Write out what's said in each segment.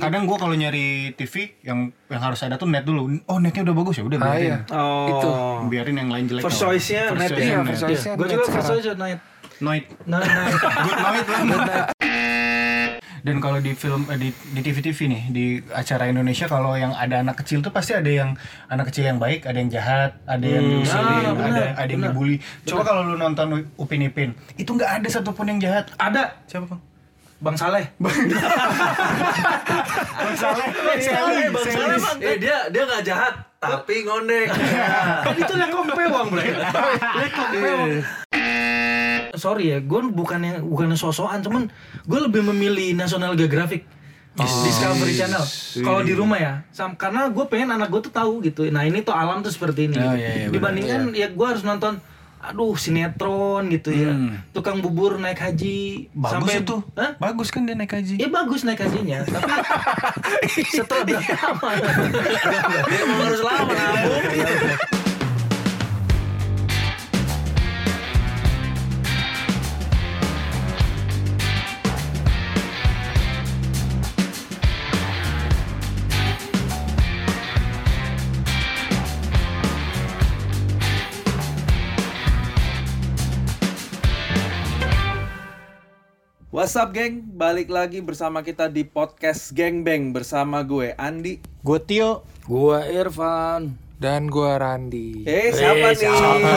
Kadang gue kalau nyari TV yang harus ada tuh net dulu. Oh netnya udah bagus ya, udah biarin. Iya. Itu Biarin yang lain jelek. First choice-nya net ya. Gue juga first choice net. Noit. Nah. Good noit lah. Dan kalau di film di TV-TV nih, di acara Indonesia kalau yang ada anak kecil tuh pasti ada yang anak kecil yang baik, ada yang jahat, ada yang diusilin, ada yang dibully. Coba kalau lu nonton Upin Ipin, itu nggak ada satupun yang jahat. Ada. Siapa bang? Bang Saleh. Bang Saleh. Bang Saleh bang. Dia nggak jahat, tapi ngondek. Kan itu lekong pewang, Bre. Lekong pewang. Sorry ya, gue bukannya sosokan, cuman gue lebih memilih National Geographic, Discovery Channel. Kalau di rumah ya, karena gue pengen anak gue tuh tahu gitu. Nah ini tuh alam tuh seperti ini. Oh, gitu. iya, Dibandingkan ya gue harus nonton, sinetron gitu ya. Tukang bubur naik haji. Bagus sampai, itu. Bagus kan dia naik haji. Iya bagus naik hajinya, tapi setelah berapa lama? Dia mau harus lama nabung. What's up geng, balik lagi bersama kita di podcast Geng Beng bersama gue Andi, Gue Tio. Gua Irfan. Dan gua Randi. Siapa nih?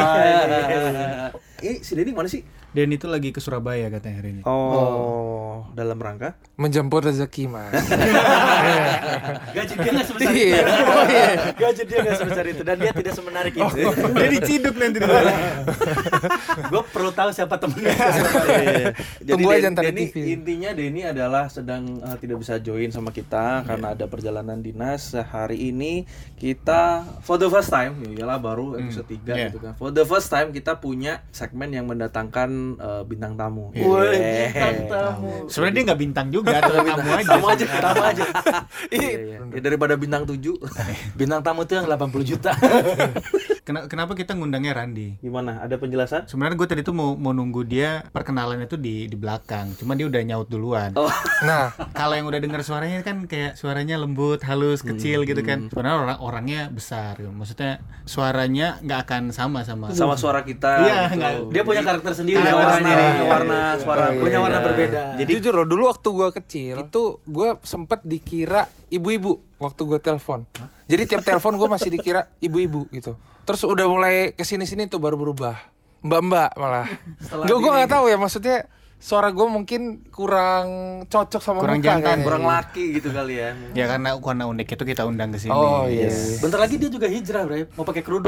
Si Denny mana sih? Dan itu lagi ke Surabaya katanya hari ini. Oh, dalam rangka? Menjemput rezeki, Mas. Gaji dia nggak sebesar itu. Iya. Gaji dia nggak sebesar itu dan dia tidak semenarik itu. Dia diciduk nanti. Gue perlu tahu siapa temennya. Tunggu aja ntar di Denny, TV. intinya Denny adalah sedang tidak bisa join sama kita karena ada perjalanan dinas. Hari ini kita for the first time, iyalah baru episode 3 gitu kan. For the first time kita punya segmen yang mendatangkan bintang tamu. Bintang tamu. Sebenarnya dia nggak bintang juga, tamu aja. Tamu aja. Ya, daripada bintang 7. Bintang tamu tuh yang 80 juta. Kenapa kita ngundangnya Randi? Gimana? Ada penjelasan? Sebenarnya gue tadi tuh mau nunggu dia perkenalan itu di belakang. Cuma dia udah nyaut duluan. Oh. Nah, Kalau yang udah dengar suaranya kan kayak suaranya lembut, halus, kecil gitu kan. Sebenarnya orangnya besar gitu. Maksudnya suaranya nggak akan sama Suara kita. Iya, gitu. nggak. Dia punya karakter sendiri. Warna suara punya warna beda. berbeda. jadi jujur loh, dulu waktu gua kecil itu gua sempet dikira ibu-ibu waktu gua telepon. Jadi tiap telepon gua masih dikira ibu-ibu gitu. Terus udah mulai kesini-sini tuh baru berubah mbak-mbak malah. Gua nggak tahu ya, maksudnya suara gue mungkin kurang cocok sama Kurang muka jantan, kayaknya. Kurang laki gitu kali ya. Ya karena unik itu kita undang ke sini. Oh iya. Bentar lagi dia juga hijrah, Bre. Mau pakai kerudung.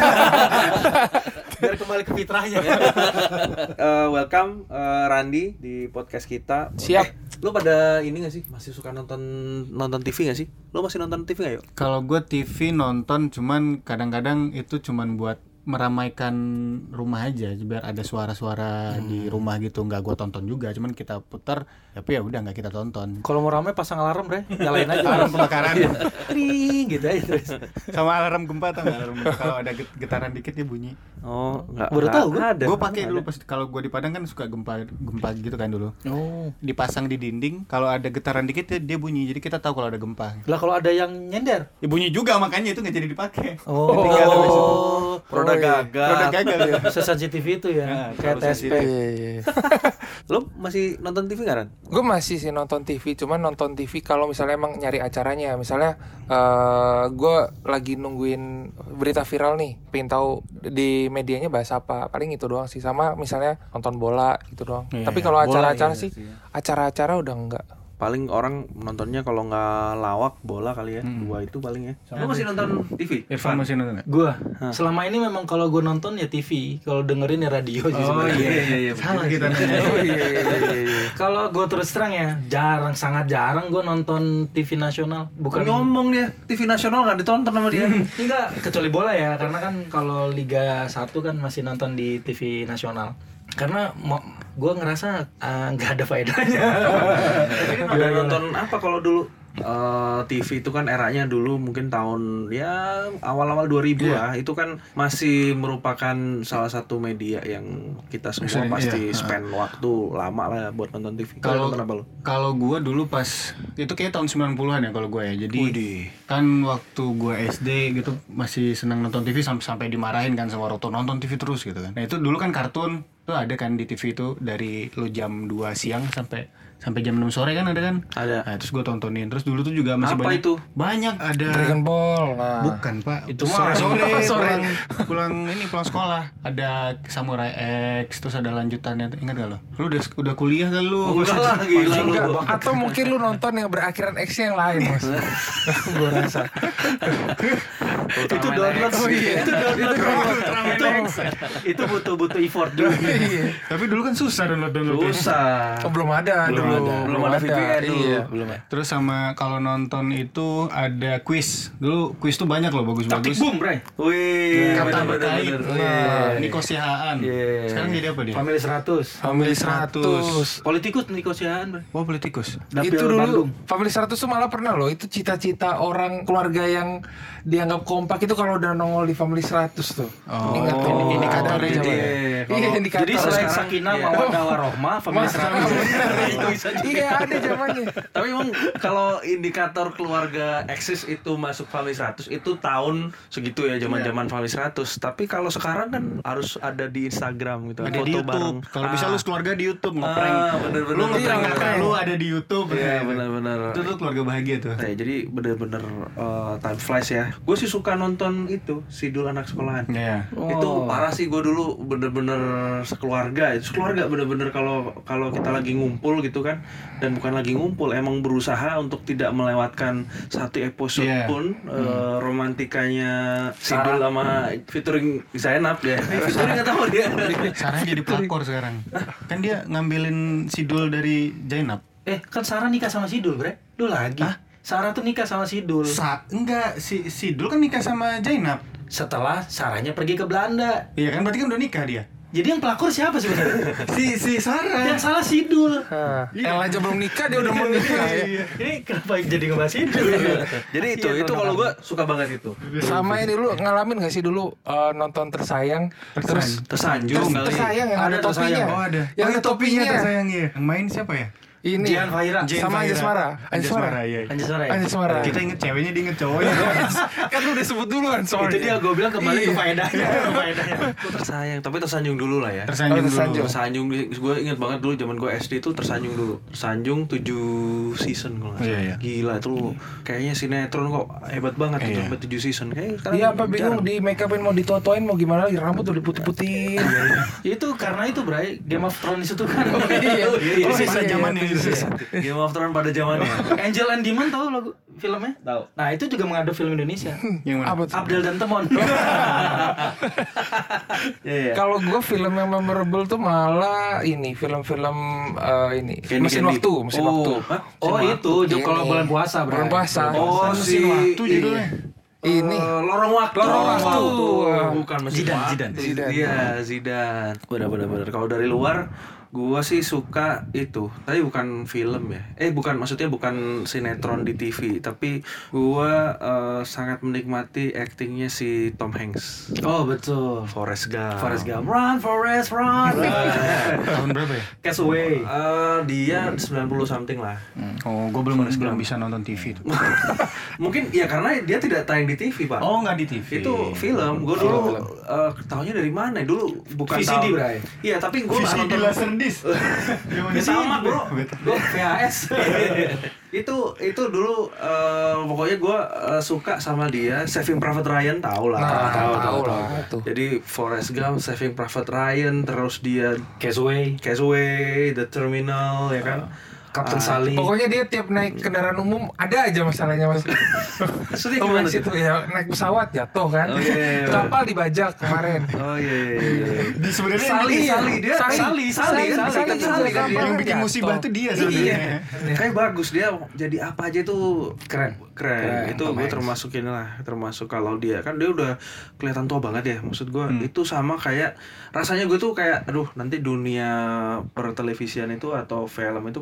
Biar kembali ke fitrahnya. Welcome Randi di podcast kita. Siap. Lu pada ini gak sih? Masih suka nonton TV gak sih? Lu masih nonton TV gak yuk? Kalau gue TV nonton, cuman kadang-kadang itu cuman buat meramaikan rumah aja biar ada suara-suara di rumah gitu. Nggak gue tonton juga, cuman kita putar tapi ya udah nggak kita tonton. Kalau mau ramai pasang alarm, Bre. Nyalain aja Alarm kebakaran. Ring gitu aja terus. Sama alarm gempa atau nggak alarm gempa? Kalau ada getaran dikit dia bunyi. Oh, enggak. Baru tahu gue. Gue pakai dulu pas kalau gue di Padang kan suka gempa gitu kan dulu. Oh. Dipasang di dinding, kalau ada getaran dikit dia bunyi. Jadi kita tahu kalau ada gempa. Lah kalau ada yang nyender. Ya bunyi juga, makanya itu nggak jadi dipakai. Oh. Produk gagal. Produk gagal ya. Sesensitif itu ya. Nah, Kayak terlalu TSP. Iya. Lu masih nonton TV gak, Ran? Gue masih sih nonton TV, cuman nonton TV kalau misalnya emang nyari acaranya. Misalnya gue lagi nungguin berita viral nih, pengen tahu di medianya bahas apa. Paling itu doang sih, sama misalnya nonton bola gitu doang. Iya, Tapi kalau bola acara-acara iya sih, sih. acara-acara udah enggak. Paling orang nontonnya kalau nggak lawak bola kali ya. Dua itu paling ya. Lu masih nonton TV? Irfan masih nonton nggak? Gua selama ini memang kalau gue nonton ya TV, kalau dengerin ya radio sih Oh sebenarnya. iya. Salah kita nanya. Oh iya. Kalau gue terus terang ya, sangat jarang gue nonton TV nasional. Bukan Ngomong dia, TV nasional nggak ditonton sama dia. enggak, kecuali bola ya, karena kan kalau Liga 1 kan masih nonton di TV nasional. Karena gue ngerasa nggak ada faedahnya. Ada nonton apa kalau dulu? TV itu kan eranya dulu mungkin tahun ya awal-awal 2000 lah. Itu kan masih merupakan salah satu media yang kita semua pasti spend waktu lama lah ya buat nonton TV. Kalau gua dulu pas itu kayak tahun 90-an ya kalau gua ya. Jadi kan waktu gua SD gitu masih senang nonton TV sampai dimarahin kan sama orang tua, nonton TV terus gitu kan. Nah, itu dulu kan kartun tuh ada kan di TV itu dari lu jam 2 siang sampai jam 6 sore kan ada kan? Ada. Nah, terus gue tontonin. Terus dulu tuh juga masih Apa banyak. itu? Banyak ada. Dragon Ball. Nah. Bukan, Pak. Itu mah sore. Pulang sekolah. Ada Samurai X, terus ada lanjutannya. Ingat gak lo? Lu udah kuliah kan lu? Enggak lah, gila lu. Atau mungkin lu nonton yang berakhiran X yang lain, Mas. Gue rasa. Itu download. Itu download. Itu butuh effort dulu. Tapi dulu kan susah download. Susah. Oh, belum ada Belum ada VPN dulu. Iya. Belum ada. Terus sama kalau nonton itu ada quiz. Dulu quiz tuh banyak loh, bagus-bagus. Taktik boom, Bray. Wih, Kata bener. berkait. Niko Siahaan. Iya. Sekarang jadi apa dia? Family 100. Family 100. Politikus Niko Siahaan, Bray. Oh, politikus. Dapil Itu dulu Bandung. Family 100 tuh malah pernah loh. Itu cita-cita orang keluarga yang dianggap kompak itu kalau udah nongol di Family 100 tuh. Ingat tuh. Indikatornya Ada jadi. Iya, indikator. Jadi selain sekarang, Sakinah, iya. Mawaddah Warohmah, Family 100. Itu bisa juga. Iya, ada zamannya. Tapi emang kalau indikator keluarga eksis itu masuk Family 100 itu tahun segitu ya, zaman-zaman Family 100. Tapi kalau sekarang kan harus ada di Instagram gitu, Ada foto di YouTube. bareng. Kalau bisa lu keluarga di YouTube ngeprank. Bener-bener. Lu ngeprank Iya, kakak lu ada di YouTube. Iya, bener-bener. Itu tuh keluarga bahagia tuh. Nah, jadi bener-bener time flies ya. Gue sih suka nonton itu Sidul Anak Sekolahan. Iya. Itu parah sih, gue dulu bener-bener sekeluarga bener-bener kalau kita lagi ngumpul gitu kan, dan bukan lagi ngumpul, emang berusaha untuk tidak melewatkan satu episode pun romantikanya Sidul sama featuring Zainab ya. Featuring nggak tahu dia. Sarah jadi pelakor sekarang. Kan dia ngambilin Sidul dari Zainab. Kan Sarah nikah sama Sidul, Bre. Lu lagi. Sarah tuh nikah sama Sidul. Enggak, Sidul kan nikah sama Zainab. Setelah Sarahnya pergi ke Belanda. Iya kan, berarti kan udah nikah dia. Jadi yang pelakor siapa sebenarnya? Si Sarah. Yang salah Sidul. El aja belum nikah dia udah mau nikah ya. Ini kenapa jadi ngebahas Sidul? Jadi itu kalau gue suka banget itu. Sama ini lu ngalamin gak sih dulu nonton Tersayang terus Tersanjung kali. Tersayang yang ada Ada topinya. Tersayang. Oh ada. Yang ada topinya. Tersayang ya. Yang main siapa ya? Ini Jian Fahira. sama Anjas Mara. Anjas Mara, iya. Anjas Mara. Anjas Mara. Kita inget ceweknya, dia inget cowoknya. Kan lu udah sebut duluan, sorry. Itu dia gue bilang kembali ke faedahnya. Gue tersayang, tapi tersanjung dulu lah ya. Tersanjung dulu. Tersanjung, gue inget banget dulu zaman gue SD itu tersanjung dulu. Tersanjung 7 season kalau nggak salah. Iya. Gila itu lu kayaknya sinetron kok hebat banget tuh sampai 7 season. Kayaknya sekarang Iya, apa bingung di make upin mau ditotoin mau gimana lagi, rambut udah putih-putih. Itu karena itu, Bray, Game of Thrones itu kan. Iya. Itu sisa iya, zamannya iya, gitu. Game of Thrones pada zamannya. Angel and Demon tahu lagu filmnya? Tahu. Nah, itu juga mengadu film Indonesia. Yang mana? Apa tuh? Abdel dan Temon. Iya. Kalau gua film yang memorable tuh malah ini film-film ini mesin waktu. Hah? Oh, itu Ini. kalau bulan puasa, Bray. Bulan puasa. Oh, si Waktu judulnya. Ini lorong waktu. Bukan mesin Zidane. waktu. Iya, Zidane. Benar. Kalau dari luar gua sih suka itu, tapi bukan film ya. Maksudnya bukan sinetron di TV, tapi gua sangat menikmati aktingnya si Tom Hanks. Oh, betul. Forrest Gump. Run, Forrest, run. Tahun berapa ya? Catch away. Dia 90 something lah. Oh, gue belum bisa nonton TV tuh. Mungkin ya karena dia tidak tayang di TV, Pak. Oh, nggak di TV. Itu film. Gue dulu tahunya dari mana? Dulu bukan VCD, tahu. Bray. Iya, tapi gue nggak VCD nonton. Laserdisc. Ya sama, Bro. Gue VHS. itu dulu pokoknya gue suka sama dia. Saving Private Ryan, tahu lah. tahu lah tuh. Jadi Forrest Gump, Saving Private Ryan, terus dia Catch away. The Terminal, ya kan. Captain Sally. Pokoknya dia tiap naik kendaraan umum ada aja masalahnya, Mas. Maksudnya Tom gimana Hanks itu ya naik pesawat jatuh kan. Oh, iya. Kapal dibajak kemarin. Oh iya. Di sebenarnya Sally yang dia Sally kan dia. yang bikin musibah tuh dia sebenarnya. Kayak bagus dia jadi apa aja tuh keren. Itu Tom gue Hanks. termasuk kalau dia kan dia udah kelihatan tua banget ya. Maksud gue itu sama kayak rasanya gue tuh kayak aduh nanti dunia pertelevisian itu atau film itu kalau nggak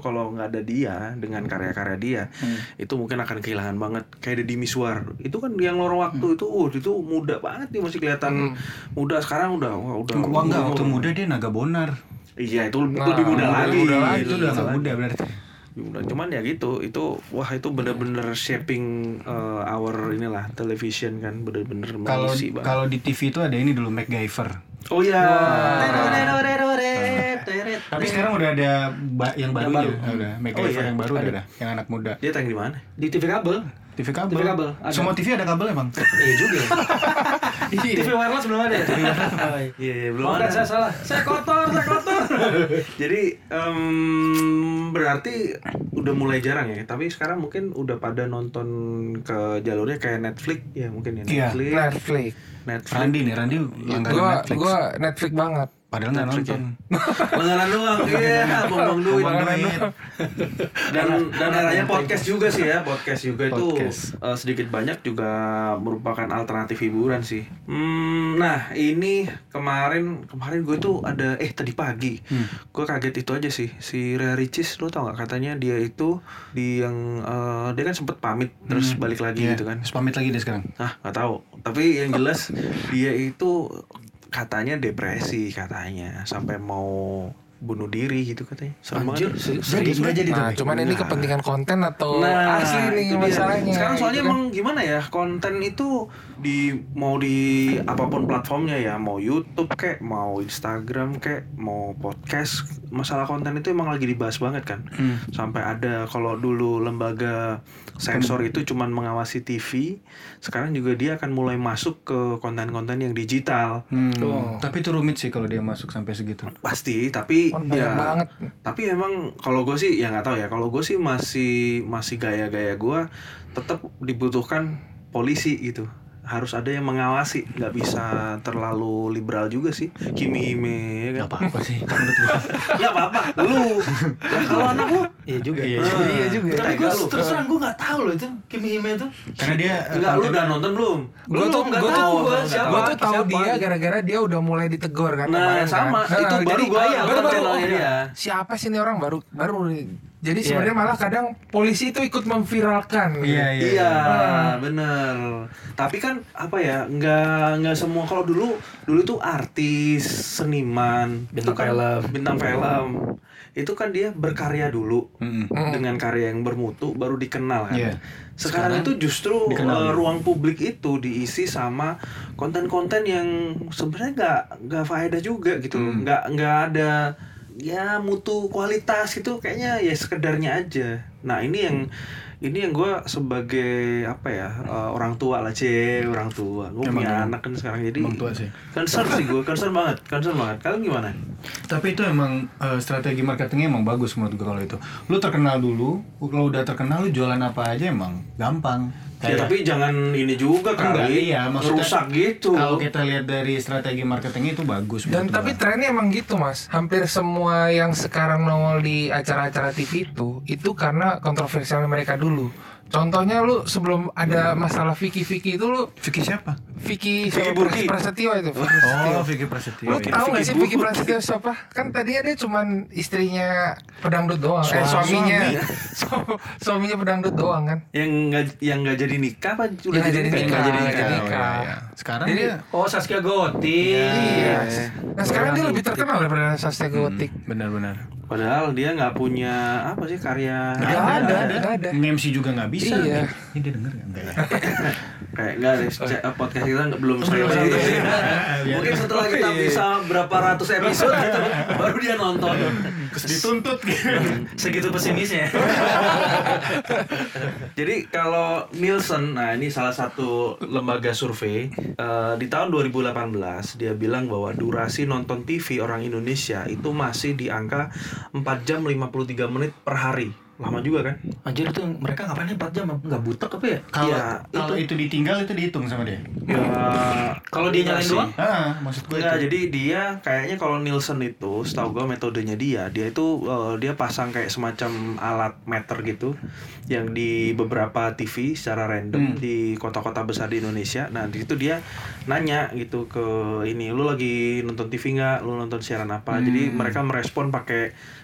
nggak ada dia dengan karya-karya dia, itu mungkin akan kehilangan banget. Kayak Deddy Mizwar, itu kan yang lorong waktu itu muda banget nih, masih kelihatan muda. Sekarang udah enggak, waktu muda dia Naga Bonar. Iya, itu lebih muda lagi. Itu udah nggak muda berarti. Cuman ya gitu, itu bener-bener shaping our inilah television kan, bener-bener mengisi banget. Kalau di TV itu ada ini dulu MacGyver. Oh iya. Tapi sekarang udah ada yang baru ya. Udah MacGyver yang baru udah ada, yang anak muda. Dia tayang di mana? Di TV kabel. TV kabel. Ada. Semua TV ada kabelnya, Bang. Iya juga. TV wireless belum ada ya? Iya, belum Bukan, ada. saya salah. Saya kotor. Jadi berarti udah mulai jarang ya. Tapi sekarang mungkin udah pada nonton ke jalurnya kayak Netflix ya, mungkin ya. Iya. Netflix. Randi langganan Netflix. Gua Netflix banget. Padahal nggak Netflix nonton. Langganan doang. Iya, buang duit. Dan eranya podcast juga sih ya. Podcast juga Podcast. itu sedikit banyak juga merupakan alternatif hiburan sih. Nah, ini kemarin gue tuh ada tadi pagi. Gue kaget itu aja sih. Si Ria Ricis, lo tau gak, katanya dia itu dia kan sempet pamit terus balik lagi gitu kan. Terus pamit lagi deh sekarang. Nggak tahu. Tapi yang jelas dia itu katanya depresi katanya, sampai mau bunuh diri gitu katanya. Serem Anjir, banget. Jadi Nah, cuman ini kepentingan konten atau asli nih itu dia. masalahnya. Sekarang soalnya gitu kan. emang gimana ya, konten itu mau di apapun platformnya ya, mau YouTube kek, mau Instagram kek, mau podcast, masalah konten itu emang lagi dibahas banget kan. Sampai ada, kalau dulu lembaga sensor itu cuman mengawasi TV, sekarang juga dia akan mulai masuk ke konten-konten yang digital. Tapi itu rumit sih kalau dia masuk sampai segitu. Pasti, tapi Banyak banget. tapi emang kalau gue sih ya nggak tahu ya, kalau gue sih masih gaya-gaya gue tetap dibutuhkan polisi gitu, harus ada yang mengawasi, nggak bisa terlalu liberal juga sih. Kimi Hime ya kan? Gak apa-apa sih menurut gua. Nggak apa-apa lu ya, kalau anak lu Iya juga. Iya juga. Tapi gue terus terang gue nggak tahu loh itu Kimi Hime itu. Karena dia nggak, lu udah nonton belum? Gue tuh nggak tahu gue tuh tahu dia gara-gara dia udah mulai ditegur kan. Nah kemarin, sama kan. itu baru Jadi, gue baru channelnya dia. siapa sih ini orang baru jadi sebenarnya malah kadang polisi itu ikut memviralkan. Iya, bener. Tapi kan apa ya, nggak semua. Kalau dulu tuh artis, seniman, bintang film itu kan dia berkarya dulu dengan karya yang bermutu baru dikenal kan. Iya. Sekarang itu justru ruang publik itu diisi sama konten-konten yang sebenarnya nggak faedah juga gitu, nggak ada ya mutu kualitas gitu, kayaknya ya sekedarnya aja. Nah ini yang gue sebagai apa ya, orang tua gue punya anak kan sekarang, jadi tua sih. concern banget. Kalian gimana? Tapi itu emang strategi marketingnya emang bagus menurut gue kalau itu. Lu terkenal dulu, kalau udah terkenal lu jualan apa aja emang gampang. Ya, tapi jangan ini juga kali, maksudnya rusak gitu. Kalau kita lihat dari strategi marketingnya itu bagus. Dan tapi trennya emang gitu mas. Hampir semua yang sekarang nongol di acara-acara TV itu karena kontroversialnya mereka dulu. Contohnya lu sebelum ada masalah Vicky itu lu Vicky siapa? Vicky Burki. Prasetyo itu. Vicky Prasetyo. Lu tahu nggak sih Vicky Prasetyo siapa? Kan tadinya dia cuman istrinya pedangdut doang. Suaminya pedangdut doang kan. Yang nggak jadi nikah apa udah Nggak jadi nikah. Sekarang Jadi, dia Saskia Gotik. Iya. Nah sekarang dia lebih terkenal daripada Saskia Gotik. benar-benar. Padahal dia nggak punya apa sih karya. Nggak ada. MC juga nggak bisa. Iya. Ini dia denger nggak? Enggak ya? Kayak nggak deh, podcast kita belum selesai. Mungkin setelah kita bisa berapa ratus episode gitu, baru dia nonton. Terus dituntut gitu. Segitu pesimisnya. Jadi kalau Nielsen, nah ini salah satu lembaga survei di tahun 2018 dia bilang bahwa durasi nonton TV orang Indonesia itu masih di angka 4 jam 53 menit per hari. Lama juga kan? Anjir itu mereka ngapain 4 jam? Nggak butek apa ya? Kalau itu ditinggal itu dihitung sama dia. Ya, Kalau dia nyalain doang? Maksud gue Enggak, itu. jadi dia kayaknya kalau Nielsen itu, setahu gue metodenya dia itu dia pasang kayak semacam alat meter gitu yang di beberapa TV secara random di kota-kota besar di Indonesia. Nah di situ dia nanya gitu ke ini, lu lagi nonton TV nggak? Lu nonton siaran apa? Jadi mereka merespon pakai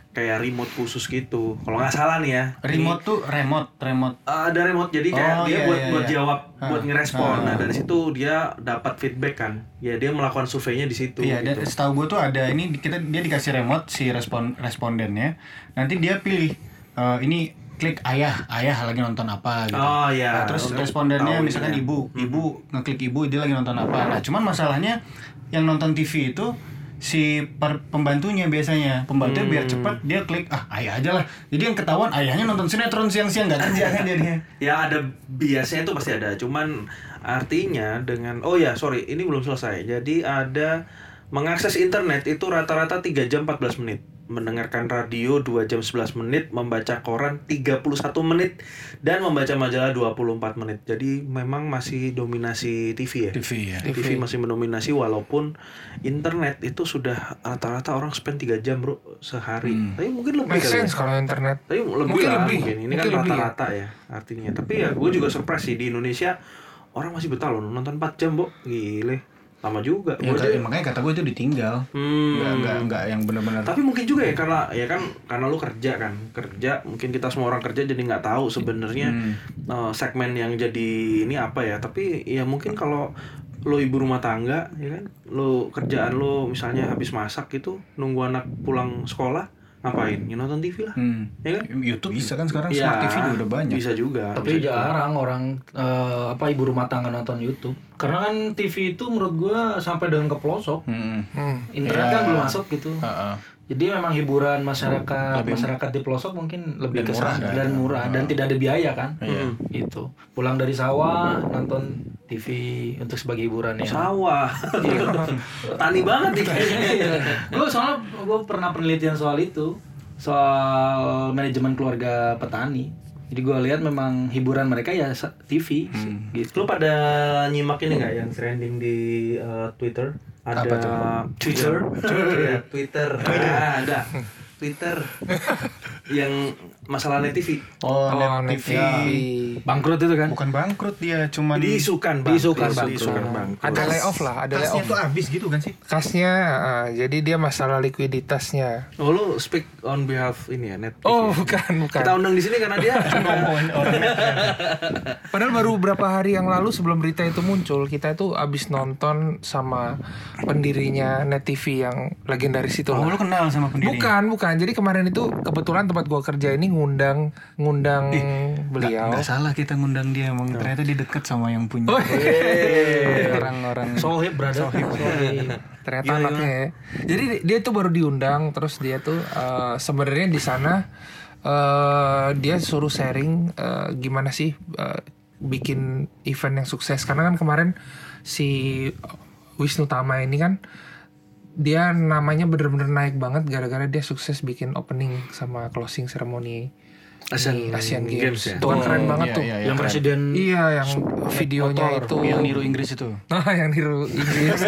kayak remote khusus gitu. Kalau nggak salah nih ya. Remote tuh remote. Ada remote, jadi kayak dia buat iya. jawab, buat ngerespon. Nah dari situ dia dapat feedback kan. Ya dia melakukan surveinya di situ. Iya, dan gitu. setahu gue tuh ada ini dia dikasih remote si respondennya. Nanti dia pilih ini klik ayah lagi nonton apa gitu. Oh iya. Nah, terus Untuk respondennya tahu misalkan ini ya. ibu ngeklik ibu, dia lagi nonton apa. Nah, cuman masalahnya yang nonton TV itu si pembantunya biasanya. Pembantunya biar cepat dia klik ayah aja lah. Jadi yang ketahuan ayahnya nonton sinetron siang-siang nggak kerja kan jadinya. Ya ada biasanya itu pasti ada. Cuman artinya dengan ini belum selesai. Jadi ada mengakses internet itu rata-rata 3 jam 14 menit. Mendengarkan radio 2 jam 11 menit, membaca koran 31 menit, dan membaca majalah 24 menit. Jadi memang masih dominasi TV ya? TV ya. TV masih mendominasi walaupun internet itu sudah rata-rata orang spend 3 jam bro sehari. Tapi mungkin lebih Make kali ya. sense kalau internet. Tapi lebih Mungkin lah lebih. mungkin. Ini Mungkin kan lebih ya. rata-rata ya artinya. Tapi ya gue juga surprise sih di Indonesia orang masih betah loh nonton 4 jam, Bo. Gile. Lama juga. Ya, makanya kata gue itu ditinggal. Enggak yang benar-benar. Tapi mungkin juga ya karena lu kerja mungkin kita semua orang kerja jadi nggak tahu sebenarnya segmen yang jadi ini apa ya. Tapi ya mungkin kalau lo ibu rumah tangga ya kan, lo kerjaan lo misalnya habis masak gitu, nunggu anak pulang sekolah, ngapain? Ya nonton TV lah. Ya kan? YouTube bisa kan sekarang Ya, Smart TV juga udah banyak. Bisa juga. Tapi bisa juga. jarang orang ibu rumah tangga nonton YouTube. Karena kan TV itu menurut gua sampai dengan ke pelosok. Internet kan belum masuk gitu. Jadi memang hiburan masyarakat di pelosok mungkin lebih ke sana dan murah dan tidak ada biaya kan. Itu. Pulang dari sawah nonton TV untuk sebagai hiburan ya. Sawah. Tani banget nih kayaknya. Gue pernah penelitian soal itu, soal manajemen keluarga petani. Jadi gue lihat memang hiburan mereka ya TV gitu. Lu pada nyimak ini nggak yang trending di Twitter? Ada Apa tuh? Twitter. Ya, Twitter. Ada Twitter yang masalah net TV. Net TV. Bangkrut itu kan? Bukan bangkrut dia, cuman Diisukan bangkrut. Ada layoff lah, ada kasnya layoff. tuh habis gitu kan sih? Kasnya, jadi dia masalah likuiditasnya. Oh, lu speak on behalf ini ya net TV. Oh, bukan. Kita undang di sini karena dia Ngomongin orang Padahal baru beberapa hari yang lalu sebelum berita itu muncul, kita itu abis nonton sama pendirinya Net TV yang legendaris itu. Oh, lah. lu kenal sama pendirinya? Bukan. Jadi kemarin itu kebetulan tempat gua kerja ini ngundang beliau. Nggak salah kita ngundang dia, emang ternyata dia deket sama yang punya. Orang-orang Sohib brother. Sohib. Ternyata anaknya ya. Jadi dia tuh baru diundang, terus dia tuh sebenarnya di sana dia suruh sharing gimana sih bikin event yang sukses. Karena kan kemarin si Wisnu Tama ini kan dia namanya bener-bener naik banget gara-gara dia sukses bikin opening sama closing ceremony Asian Games. ya? Itu kan keren banget iya, tuh. iya, Yang presiden Iya, yang videonya motor. itu yang niru Inggris itu. Nah, yang niru Inggris.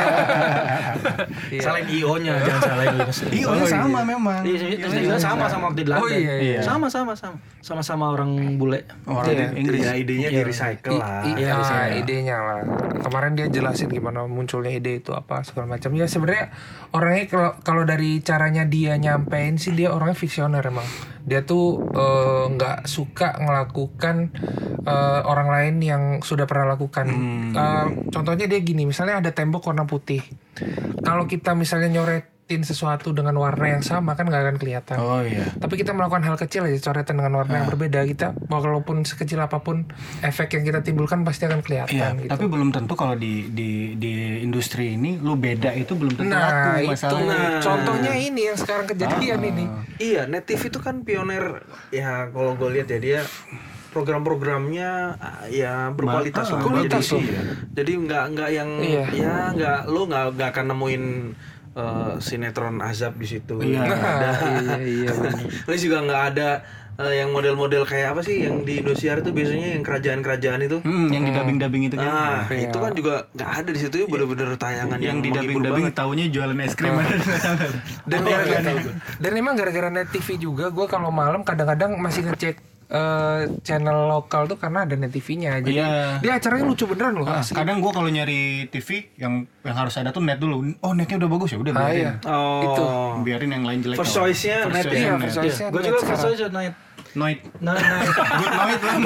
Iya. salahin IO-nya, jangan salahin Iya, sama memang. Iya, sama waktu di London. Oh, iya. Sama orang bule. Orang Inggris. ya idenya di recycle lah. Idenya lah. Kemarin dia jelasin gimana munculnya ide itu apa segala macam. Ya sebenarnya orangnya kalau dari caranya dia nyampein sih dia orangnya visioner emang. Dia tuh nggak suka ngelakukan orang lain yang sudah pernah lakukan. Contohnya dia gini, misalnya ada tembok warna putih. Kalau kita misalnya nyoretin sesuatu dengan warna yang sama kan nggak akan kelihatan. Oh iya. Tapi kita melakukan hal kecil aja, coretan dengan warna yang berbeda, kita walaupun sekecil apapun efek yang kita timbulkan pasti akan kelihatan. Iya, gitu. tapi belum tentu kalau di industri ini lu beda itu belum tentu laku itu masalahnya. contohnya ini yang sekarang kejadian ini. Iya, Net TV itu kan pioner ya kalau gue lihat ya dia program-programnya ya berkualitas lah. kualitas Jadi, loh. jadi nggak yang ya nggak akan nemuin sinetron azab di situ. Iya. Nggak ada. Iya benar. Lu juga nggak ada yang model-model kayak apa sih yang di Indosiar itu biasanya yang kerajaan-kerajaan itu. Yang di dubbing itu kan. Nah, itu kan juga nggak ada di situ ya bener-bener tayangan Yang di menghibur dubbing banget. taunya jualan es krim. Dan emang gara-gara Net TV juga gue kalau malam kadang-kadang masih ngecek channel lokal tuh karena ada net TV-nya. Jadi Iya. dia acaranya lucu beneran loh. asli. Kadang gue kalau nyari TV yang harus ada tuh net dulu. Oh, netnya udah bagus ya, udah Ah, biarin. iya. Oh. Itu. Biarin yang lain jelek. First tau. choice-nya net choice-nya Iya, net. first choice-nya Gue net juga sekarang. first choice night. Noit. Night. Good noit lah.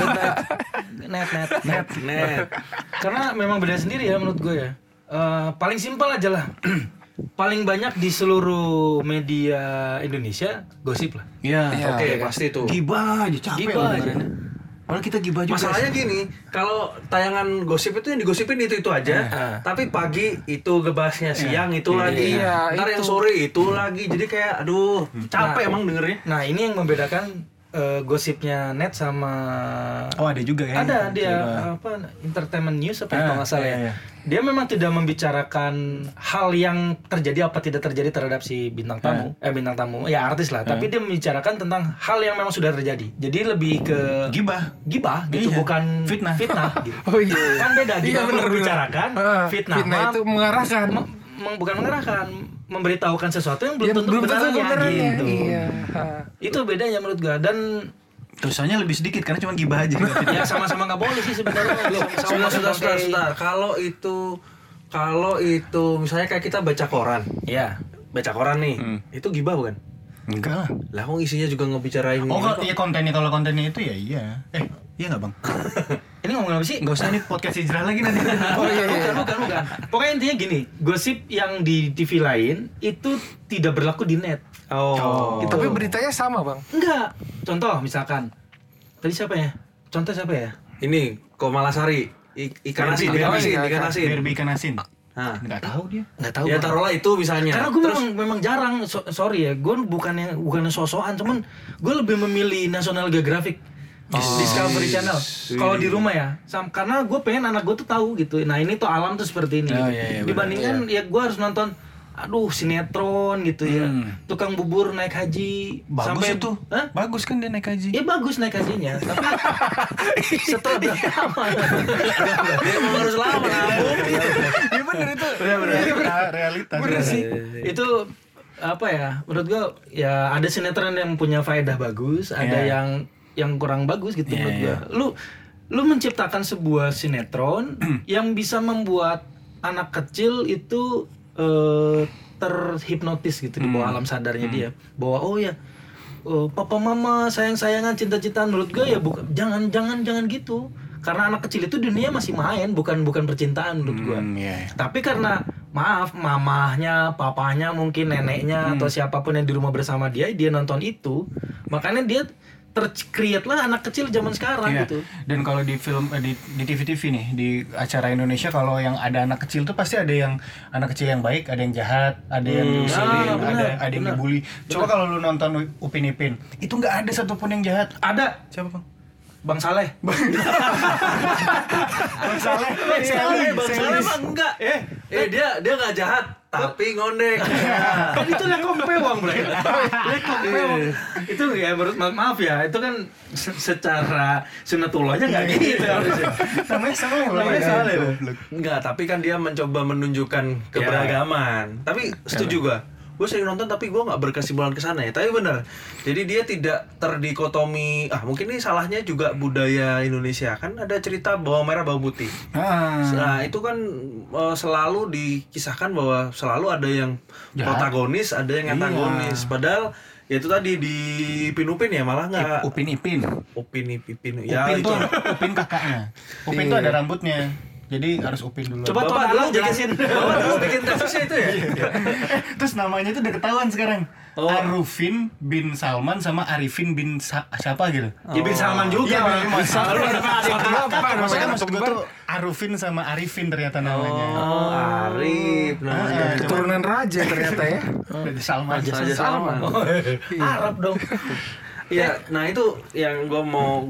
Net. Karena memang beda sendiri ya menurut gue ya. Paling simpel aja lah. Paling banyak di seluruh media Indonesia gosip lah. Iya. Iya. Oke, pasti itu. Gibah aja capek Gibah loh aja. dengerinnya. Padahal kita gibah juga. Masalahnya gini, kalau tayangan gosip itu yang digosipin itu aja, tapi pagi itu ngebahasnya, siang itu lagi, Iya, ntar itu. yang sore itu lagi, jadi kayak aduh capek emang dengernya. Nah ini yang membedakan gosipnya net sama Oh, ada juga ya. ada dia apa entertainment news apa kalau nggak salah ya. iya. Dia memang tidak membicarakan hal yang terjadi apa tidak terjadi terhadap si bintang tamu, bintang tamu ya artis lah. Tapi dia membicarakan tentang hal yang memang sudah terjadi. Jadi lebih ke Gibah. gitu, Iya. bukan Fitnah. gitu. Oh iya. Kan beda Iya, gibah bener, membicarakan, bener. fitnah, Fitnah mah itu mengarahkan. bukan mengarahkan, memberitahukan sesuatu yang belum Yang tentu belum tentu benarnya kebenarannya. gitu. Iya. Itu bedanya menurut gua dan Dosanya lebih sedikit karena cuma gibah aja. ya sama-sama nggak boleh sih sebenarnya. Sudah. Kalau itu misalnya kayak kita baca koran, Ya, baca koran nih, itu gibah bukan? Enggak lah. Lah kok isinya juga ngebicarain Oh, kalau iya kalau kontennya itu ya iya. Iya nggak bang? ini ngomongin apa sih? Nggak usah nih podcast hijrah lagi nanti. Oh iya. Bukan. Pokoknya intinya gini, gosip yang di TV lain itu tidak berlaku di net. Oh. Gitu. Tapi beritanya sama, Bang. Enggak. Contoh misalkan, tadi siapa ya? Contoh siapa ya? Ini Komalasari, ikan asin. Derby ikan asin. Nah, Nggak tahu dia. Nggak tahu. ya Bang. taruhlah itu misalnya. Karena gue memang jarang, sorry ya, gue bukannya sosokan, cuman gue lebih memilih National Geographic. Discovery Channel. Kalau di rumah ya, karena gue pengen anak gue tuh tahu gitu. Nah ini tuh alam tuh seperti ini. Oh, gitu. iya, iya, Dibandingkan ya gue harus nonton, aduh sinetron gitu ya, tukang bubur naik haji. Bagus sampai itu. Hah? Bagus kan dia naik haji. Ya bagus naik hajinya, tapi setelah berapa lama? Dia emang harus lama nabung. Iya bener itu. Realita. Bener sih. Itu apa ya? Menurut gue ya ada sinetron yang punya faedah bagus, ada yang kurang bagus gitu menurut gue. Lu menciptakan sebuah sinetron yang bisa membuat anak kecil itu terhipnotis gitu di bawah alam sadarnya dia, bahwa oh ya papa mama sayang-sayangan cinta-cintaan. Menurut gue ya jangan gitu, karena anak kecil itu dunia masih main, bukan percintaan menurut gue. Iya. Tapi karena maaf mamahnya, papanya, mungkin neneknya atau siapapun yang di rumah bersama dia nonton itu, makanya dia tercreate lah anak kecil zaman sekarang Iya. gitu. Dan kalau di film di TV-TV nih, di acara Indonesia kalau yang ada anak kecil tuh pasti ada yang anak kecil yang baik, ada yang jahat, ada yang diusilin, benar, ada yang benar. dibully. Coba kalau lu nonton Upin Ipin, itu nggak ada satupun yang jahat. Ada Siapa bang? Bang Saleh. Bang Saleh. Bang Saleh mah enggak. Dia nggak jahat, tapi ngondek. Kan itu lekong pewang, Bro. Lekong pewang. Itu ya menurut maaf ya, itu kan secara sunatullahnya enggak gitu harusnya. Namanya Saleh. Namanya Saleh. Enggak, tapi kan dia mencoba menunjukkan keberagaman. Tapi setuju gua. Gue sering nonton tapi gue nggak berkesimpulan ke sana ya. Tapi benar. Jadi dia tidak terdikotomi. Mungkin ini salahnya juga budaya Indonesia, kan ada cerita bawang merah bawang putih. Nah itu kan selalu dikisahkan bahwa selalu ada yang protagonis, ada yang antagonis. Padahal ya itu tadi di Upin ya malah nggak. Upin Ipin. Upin. Ya, Upin tuh Upin kakaknya. Upin tuh ada rambutnya. Jadi harus Upin dulu. Coba Bapak tolong dulu jelasin. Bapak dulu bikin kasusnya itu ya. Terus namanya tuh udah ketahuan sekarang. Arifin bin Salman sama Arifin bin siapa gitu. Ya bin Salman juga. Iya, bin Salman. Maksudnya Maksud gue tuh Arifin sama Arifin ternyata namanya. Oh, Arif. Nah, Keturunan raja ternyata ya. Salman. Raja Salman. Arab dong. Ya, nah itu yang gue mau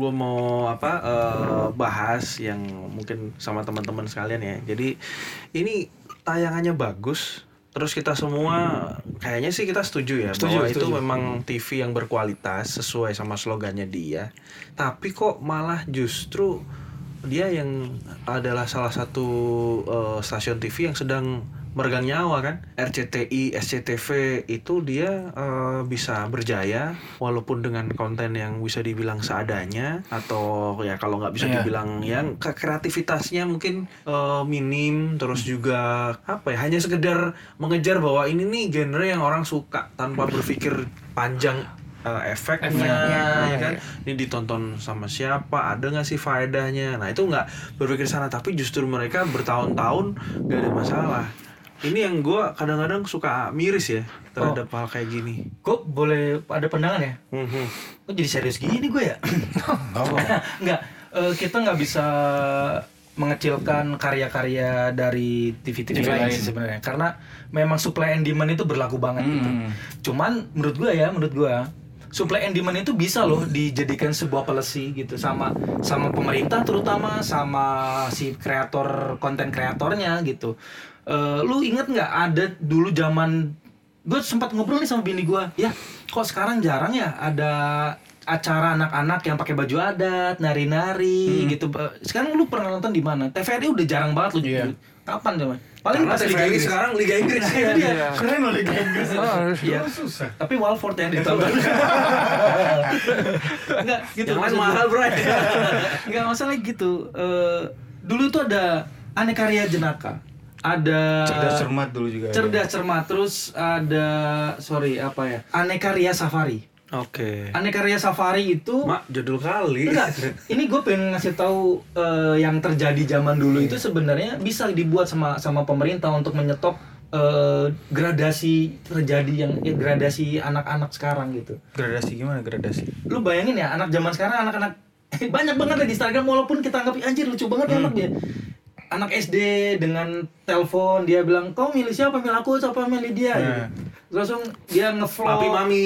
bahas yang mungkin sama teman-teman sekalian ya. Jadi ini tayangannya bagus. Terus kita semua kayaknya sih kita setuju ya bahwa itu memang TV yang berkualitas sesuai sama slogannya dia. Tapi kok malah justru dia yang adalah salah satu stasiun TV yang sedang meregang nyawa kan. RCTI, SCTV itu dia bisa berjaya walaupun dengan konten yang bisa dibilang seadanya, atau ya kalau nggak bisa dibilang yang kreativitasnya mungkin minim, terus juga apa ya, hanya sekedar mengejar bahwa ini nih genre yang orang suka tanpa berpikir panjang efeknya ya kan, ini ditonton sama siapa, ada nggak sih faedahnya. Nah itu nggak berpikir sana, tapi justru mereka bertahun-tahun nggak ada masalah. Ini yang gue kadang-kadang suka miris ya terhadap hal kayak gini. Kok boleh ada pandangan ya? Kok jadi serius gini gue ya? Nggak, kita nggak bisa mengecilkan karya-karya dari TV lain sih sebenarnya, karena memang supply and demand itu berlaku banget gitu. Cuman menurut gue supply and demand itu bisa loh dijadikan sebuah policy gitu, sama pemerintah terutama, sama si konten kreatornya gitu. Lu inget nggak ada dulu zaman gue sempat ngobrol nih sama bini gue, ya kok sekarang jarang ya ada acara anak-anak yang pakai baju adat, nari-nari gitu. Sekarang lu pernah nonton di mana? TVRI udah jarang banget lu. Kapan coba? Paling pas Liga Inggris. Sekarang Liga Inggris. Iya. Keren loh Liga Inggris. Iya. Susah. Tapi Walford yang ditonton. Enggak gitu. Yang lain mahal, bro. Enggak masalah gitu. Dulu tuh ada Aneka Ria Jenaka. Ada Cerdas Cermat dulu juga. Cerdas Cermat, terus ada Aneka Ria Safari. Oke. Aneka Ria Safari itu jadul kali. Enggak, ini gue pengen ngasih tahu yang terjadi zaman dulu itu sebenarnya bisa dibuat sama pemerintah untuk menyetop gradasi gradasi anak-anak sekarang gitu. Gradasi gimana gradasi? Lu bayangin ya, anak zaman sekarang anak-anak banyak banget di Instagram, walaupun kita anggap anjir lucu banget ya anak dia. Anak SD dengan telepon dia bilang, "Kau milih siapa? Milih aku, siapa milih dia?" Gitu. Langsung dia ngevlog, papi mami.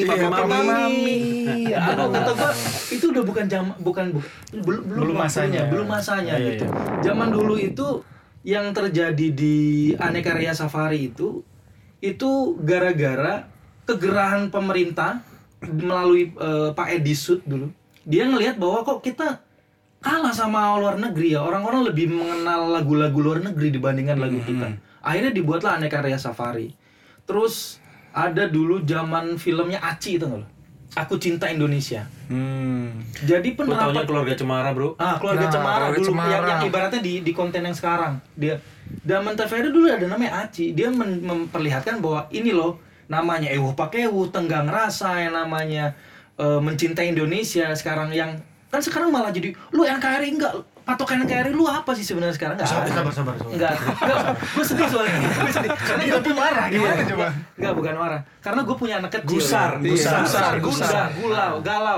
Aku kata gua itu udah belum masanya gitu. Zaman dulu itu yang terjadi di Aneka Ria Safari itu gara-gara kegerahan pemerintah melalui Pak Edi Sud dulu. Dia ngelihat bahwa kok kita kalah sama luar negeri ya, orang-orang lebih mengenal lagu-lagu luar negeri dibandingkan lagu kita. Akhirnya dibuatlah Aneka Ria Safari. Terus ada dulu zaman filmnya Aci itu nggak lo? Aku Cinta Indonesia. Jadi penerapan Keluarga Cemara, bro. Keluarga Cemara dulu yang ibaratnya di konten yang sekarang. Dia Daman TVRI dulu ada namanya Aci. Dia memperlihatkan bahwa ini loh namanya Ewuh Pakewuh, Tenggang Rasa, yang namanya Mencintai Indonesia. Sekarang yang kan sekarang malah jadi lu NKRI enggak, patokan NKRI lu apa sih sebenarnya sekarang? Enggak. Sabar. Enggak. Gue sedih soalnya. Karena gue punya marah. Gimana coba? Enggak, bukan marah. Karena gue punya anak kecil. Gusar. Galau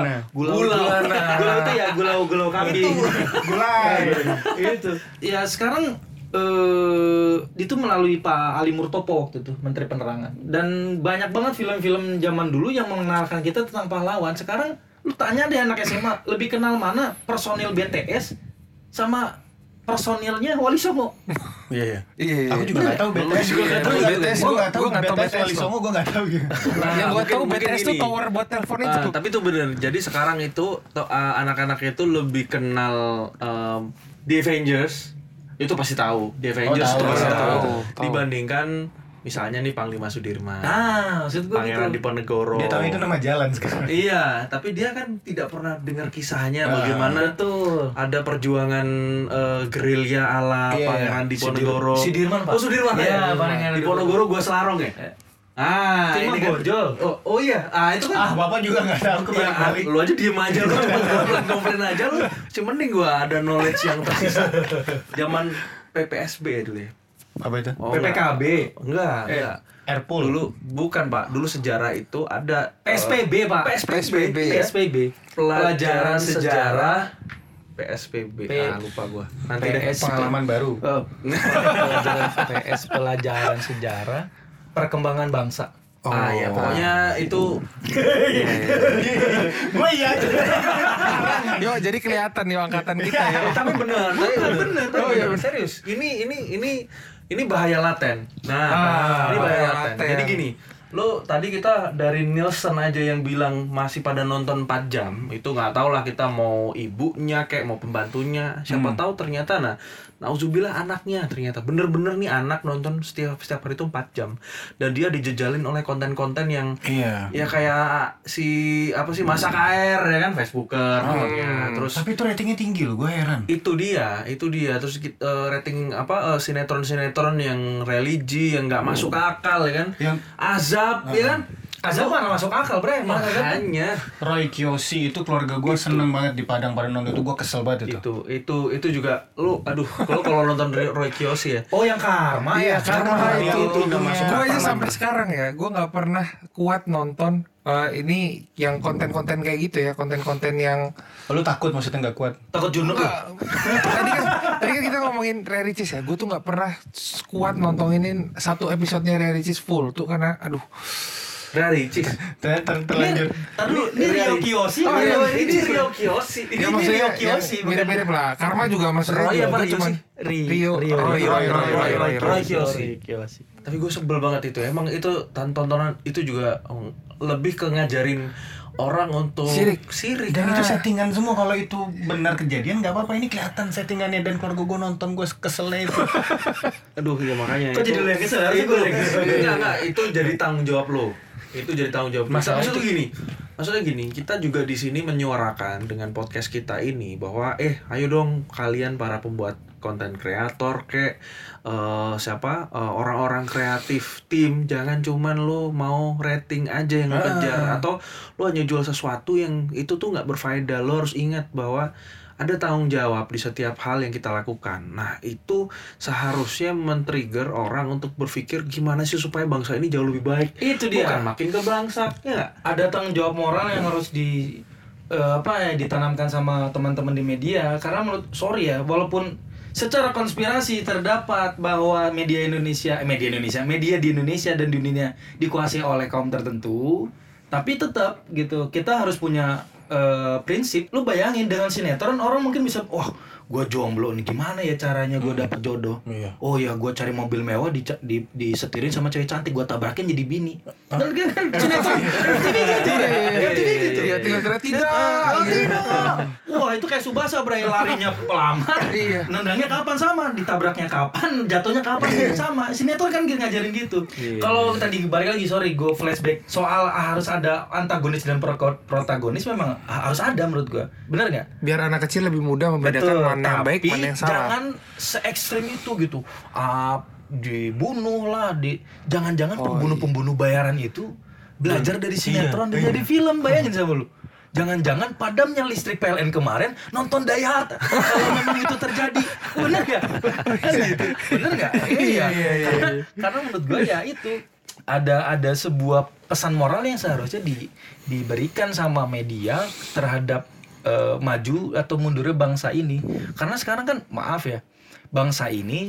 itu ya gulau kambing. Itu. Ya sekarang itu melalui Pak Ali Murtopo waktu itu, Menteri Penerangan. Dan banyak banget film-film zaman dulu yang mengenalkan kita tentang pahlawan. Sekarang lu tanya deh anak SMA, lebih kenal mana personil BTS sama personilnya Wali Songo? Iya. Aku juga nggak tahu BTS. Gue nggak tahu BTS Wali Songo, gue nggak tahu gitu. Yang gue tahu BTS itu tower buat telepon itu. Tapi itu bener. Jadi sekarang itu anak-anak itu lebih kenal The Avengers. Itu pasti tahu. The Avengers itu pasti tahu. Dibandingkan misalnya nih Panglima Sudirman, maksud gue Pangeran gitu. Diponegoro. Dia tahu itu nama jalan sekarang. Iya, tapi dia kan tidak pernah dengar kisahnya bagaimana Betul. ada perjuangan gerilya ala Pangeran Diponegoro. Sudirman, Pak. Oh, Sudirman ya. Pangeran Diponegoro gua Selarong ya. Ini kan Bojol. Oh iya. Itu kan. Bapak juga nggak tahu kebalik-balik. Lu aja diem aja, lu cuma komplain aja lu. Cuma mending gua ada knowledge yang tersisa. Zaman PPSB ya dulu ya. Apa itu? PPKB. Enggak. Airpool. Dulu bukan, Pak. Dulu sejarah itu ada PSPB, Pak. PSPB. Pelajaran sejarah PSPB. Lupa gua. Nanti deh Pengalaman baru. Pelajaran sejarah perkembangan bangsa. Ya pokoknya itu. Gue iya. Yo, jadi kelihatan nih angkatan kita ya. Tapi benar. Oh iya, serius. Ini bahaya laten. Ini bahaya laten. Jadi gini, Lo tadi kita dari Nielsen aja yang bilang masih pada nonton 4 jam. Itu nggak tahu lah kita mau ibunya kayak mau pembantunya. Siapa tahu ternyata nauzubillah anaknya ternyata bener-bener nih anak nonton setiap hari itu 4 jam. Dan dia dijejalin oleh konten-konten yang ya kayak apa sih masak air ya kan, Facebooker namanya. Terus tapi itu ratingnya tinggi loh, gue heran. Itu dia. Terus rating sinetron-sinetron yang religi yang nggak masuk akal ya kan. Yang azab ya kan. Azab mana masuk akal, Bre? Makanya Roy Kiyoshi itu keluarga gue seneng banget di Padang pada nonton itu, gue kesel banget itu. Itu juga lu kalau nonton Roy Kiyoshi ya. Oh, yang Karma ya. Karma itu udah masuk. Gue aja sampai sekarang ya, gue nggak pernah kuat nonton ini yang konten-konten kayak gitu ya, konten-konten yang Lu takut maksudnya nggak kuat? Takut junuk Enggak. Tadi kan kita ngomongin Ray Ricis ya. Gue tuh nggak pernah kuat nontonin satu episodenya Ray Ricis full tuh karena aduh. Ray Ricis. Terlanjur. Ini Rio Kiyoshi. Ini Rio Kiyoshi. Ya maksudnya mirip-mirip lah. Karma juga maksudnya Roy apa gue cuman Roy Kiyoshi. Tapi gue sebel banget itu. Emang itu tontonan itu juga lebih ke ngajarin orang untuk sirik. Dan itu settingan semua. Kalau itu benar kejadian nggak apa-apa, ini kelihatan settingannya. Dan keluarga gue nonton, gue keselnya itu. Aduh ya makanya Kok jadi lu yang kesel? Enggak, itu jadi tanggung jawab lo. Itu jadi tanggung jawab. Maksudnya gini, kita juga di sini menyuarakan dengan podcast kita ini bahwa ayo dong kalian para pembuat konten kreator orang-orang kreatif tim, jangan cuman lo mau rating aja yang lo kejar atau lo hanya jual sesuatu yang itu tuh nggak berfaedah. Lo harus ingat bahwa ada tanggung jawab di setiap hal yang kita lakukan. Nah, itu seharusnya men-trigger orang untuk berpikir gimana sih supaya bangsa ini jauh lebih baik. Itu dia. Bukan makin ke bangsa, ya. Ada tanggung jawab moral yang harus ditanamkan sama teman-teman di media. Karena walaupun secara konspirasi terdapat bahwa media di Indonesia dan dunia dikuasai oleh kaum tertentu, tapi tetap gitu kita harus punya prinsip. Lu bayangin dengan sinetron orang mungkin bisa gue jomblo nih, gimana ya caranya gue dapet jodoh? Oh ya, gue cari mobil mewah disetirin sama cewek cantik, gue tabrakin jadi bini. Kan sinetron Iya, tinggal tidak. Wah, itu kayak Subasa, Bray, larinya pelamar. Nendangnya kapan sama, ditabraknya kapan, jatuhnya kapan sama. Sinetron kan ngajarin gitu. Kalau tadi balik lagi, gue flashback soal harus ada antagonis dan protagonis, memang harus ada menurut gue. Bener nggak? Biar anak kecil lebih mudah membedakan mana yang baik, mana yang salah. Jangan se-ekstrim itu gitu. Dibunuh lah, jangan-jangan pembunuh bayaran itu belajar dari sinetron dan dari film. Bayangin sama lu. Jangan-jangan padamnya listrik PLN kemarin nonton Die Hard. Kalau memang itu terjadi, bener nggak? Bener nggak? Iya. Karena menurut gue ya itu ada sebuah pesan moral yang seharusnya diberikan sama media terhadap maju atau mundurnya bangsa ini. Karena sekarang kan maaf ya, bangsa ini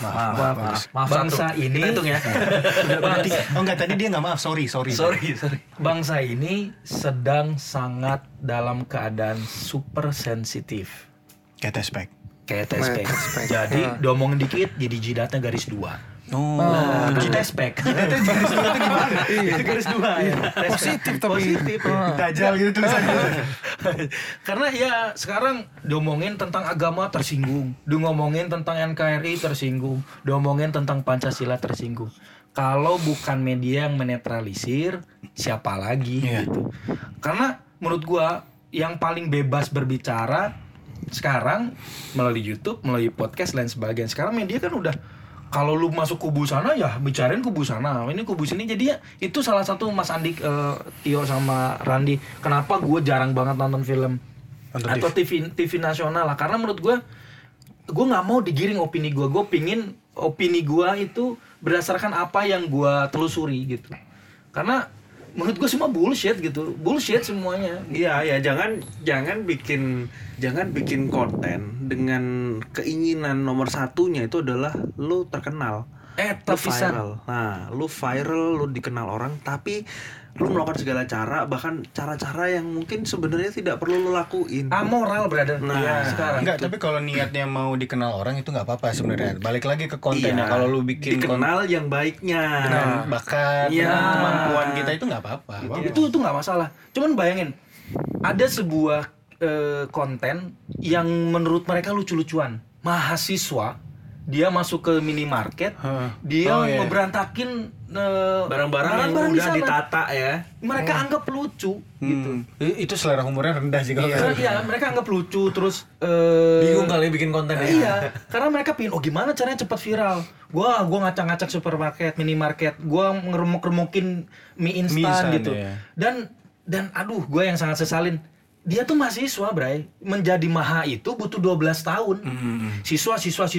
bangsa ini kita hitung ya. Tadi dia nggak maaf, sorry. Bangsa ini sedang sangat dalam keadaan super sensitif. Kayak tespek. Jadi diomongin dikit jadi jidatnya garis 2. Tespek. Garis 2 ya. Positif tapi Dajal gitu tulisannya. Karena ya sekarang diomongin tentang agama tersinggung, ngomongin tentang NKRI tersinggung, diomongin tentang Pancasila tersinggung. Kalau bukan media yang menetralisir, siapa lagi gitu. Karena menurut gua yang paling bebas berbicara sekarang melalui YouTube, melalui podcast dan sebagainya. Sekarang media kan udah, kalau lu masuk kubu sana ya bicarain kubu sana, ini kubu sini. Jadi ya itu salah satu Mas Andi, Tio sama Randi, kenapa gue jarang banget nonton film atau TV nasional lah. Karena menurut gue nggak mau digiring opini gue pingin opini gue itu berdasarkan apa yang gue telusuri gitu. Karena menurut gue semua bullshit semuanya. Iya, jangan bikin konten dengan keinginan nomor satunya itu adalah lo terkenal. lu viral. Nah, lu viral, lu dikenal orang, tapi lu melakukan segala cara, bahkan cara-cara yang mungkin sebenarnya tidak perlu lu lakuin. Amoral, brother. Nah, sekarang. Enggak, tapi kalau niatnya mau dikenal orang itu nggak apa-apa sebenarnya. Balik lagi ke kontennya. Iya, Kalau lu bikin dikenal yang baiknya. dengan bakat, Iya. dengan kemampuan kita itu nggak apa-apa. Itu nggak masalah. Cuman bayangin, ada sebuah konten yang menurut mereka lucu-lucuan. Mahasiswa dia masuk ke minimarket, dia ngeberantakin barang-barang yang di udah sana. ditata ya. Mereka anggap lucu gitu. Itu selera humornya rendah sih kalau Iya, mereka anggap lucu terus Bingung kali bikin konten ya. Iya, karena mereka pingin, gimana caranya cepat viral. Gua ngacak-ngacak supermarket, minimarket, gua ngeremuk-remukin mie instan gitu. Iya. Dan aduh, gua yang sangat sesalin. Dia tuh mahasiswa, Bray. Menjadi maha itu butuh 12 tahun. Siswa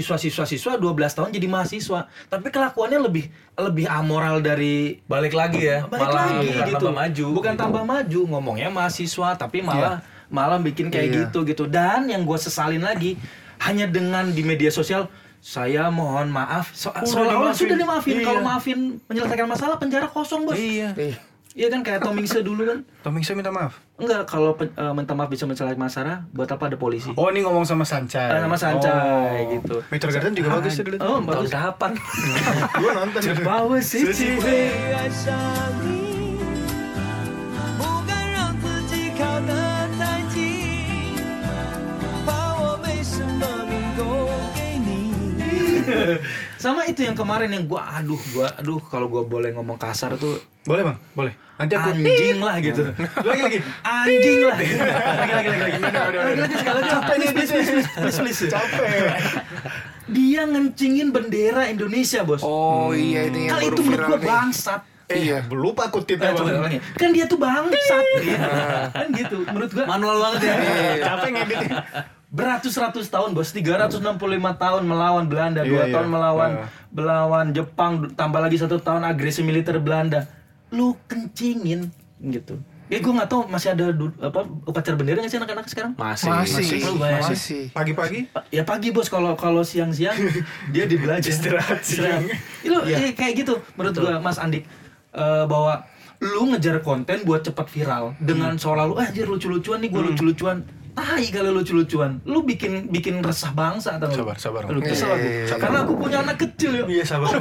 12 tahun jadi mahasiswa. Tapi kelakuannya lebih amoral dari Balik lagi ya. balik Malah lagi bukan gitu. tambah maju. Bukan tambah maju, ngomongnya mahasiswa tapi malah bikin kayak gitu. Dan yang gue sesalin lagi, hanya dengan di media sosial saya mohon maaf seolah-olah sudah dimaafin. Kalau maafin menyelesaikan masalah, penjara kosong, Bos. Iya kan, kayak Tomingse dulu kan. Tomingse minta maaf. Enggak, kalau minta maaf bisa menyelesaikan masalah, buat apa ada polisi? Oh, ini ngomong sama Sancai. Sama Sancai gitu. Meteor Garden juga bagus sih dulu. Oh, bagus. Kapan? Gua nonton. 把我吸起会爱上你，不敢让自己靠得太近，怕我没什么能够给你。 Sama itu yang kemarin yang aduh kalau gua boleh ngomong kasar tuh Boleh, Bang? Boleh. Nanti aku anjing lah gitu. lagi. Anjing lah. Lagi sekali lagi. Please. Capek. Dia ngencingin bendera Indonesia, Bos. Oh iya ini yang Kali baru itu menurut viral gua nih. bangsat. Iya. Lupa kutipnya, Coba Bang. ulangi. Kan dia tuh bangsat gitu. Kan gitu. Menurut gua Manual banget ya. Capek ngeditnya. beratus-ratus tahun, Bos. 365 tahun melawan Belanda, 2 Iya, tahun melawan Jepang, tambah lagi 1 tahun agresi militer Belanda. Lu kencingin gitu. Ya gue nggak tahu masih ada upacara bendera nggak sih anak-anak sekarang? Masih. Lu bayangin. Masih. Pagi-pagi? Ya pagi, Bos, kalau siang-siang dia di belajar. Istirahat. Lu kayak gitu menurut gua, Mas Andik, bahwa lu ngejar konten buat cepat viral dengan seolah lu anjir lucu-lucuan nih, gua lucu-lucuan. Tai kalau lucu-lucuan. Lu bikin resah bangsa atau enggak? Sabar. Lu kesel aku. Karena aku punya anak kecil ya. Iya, sabar.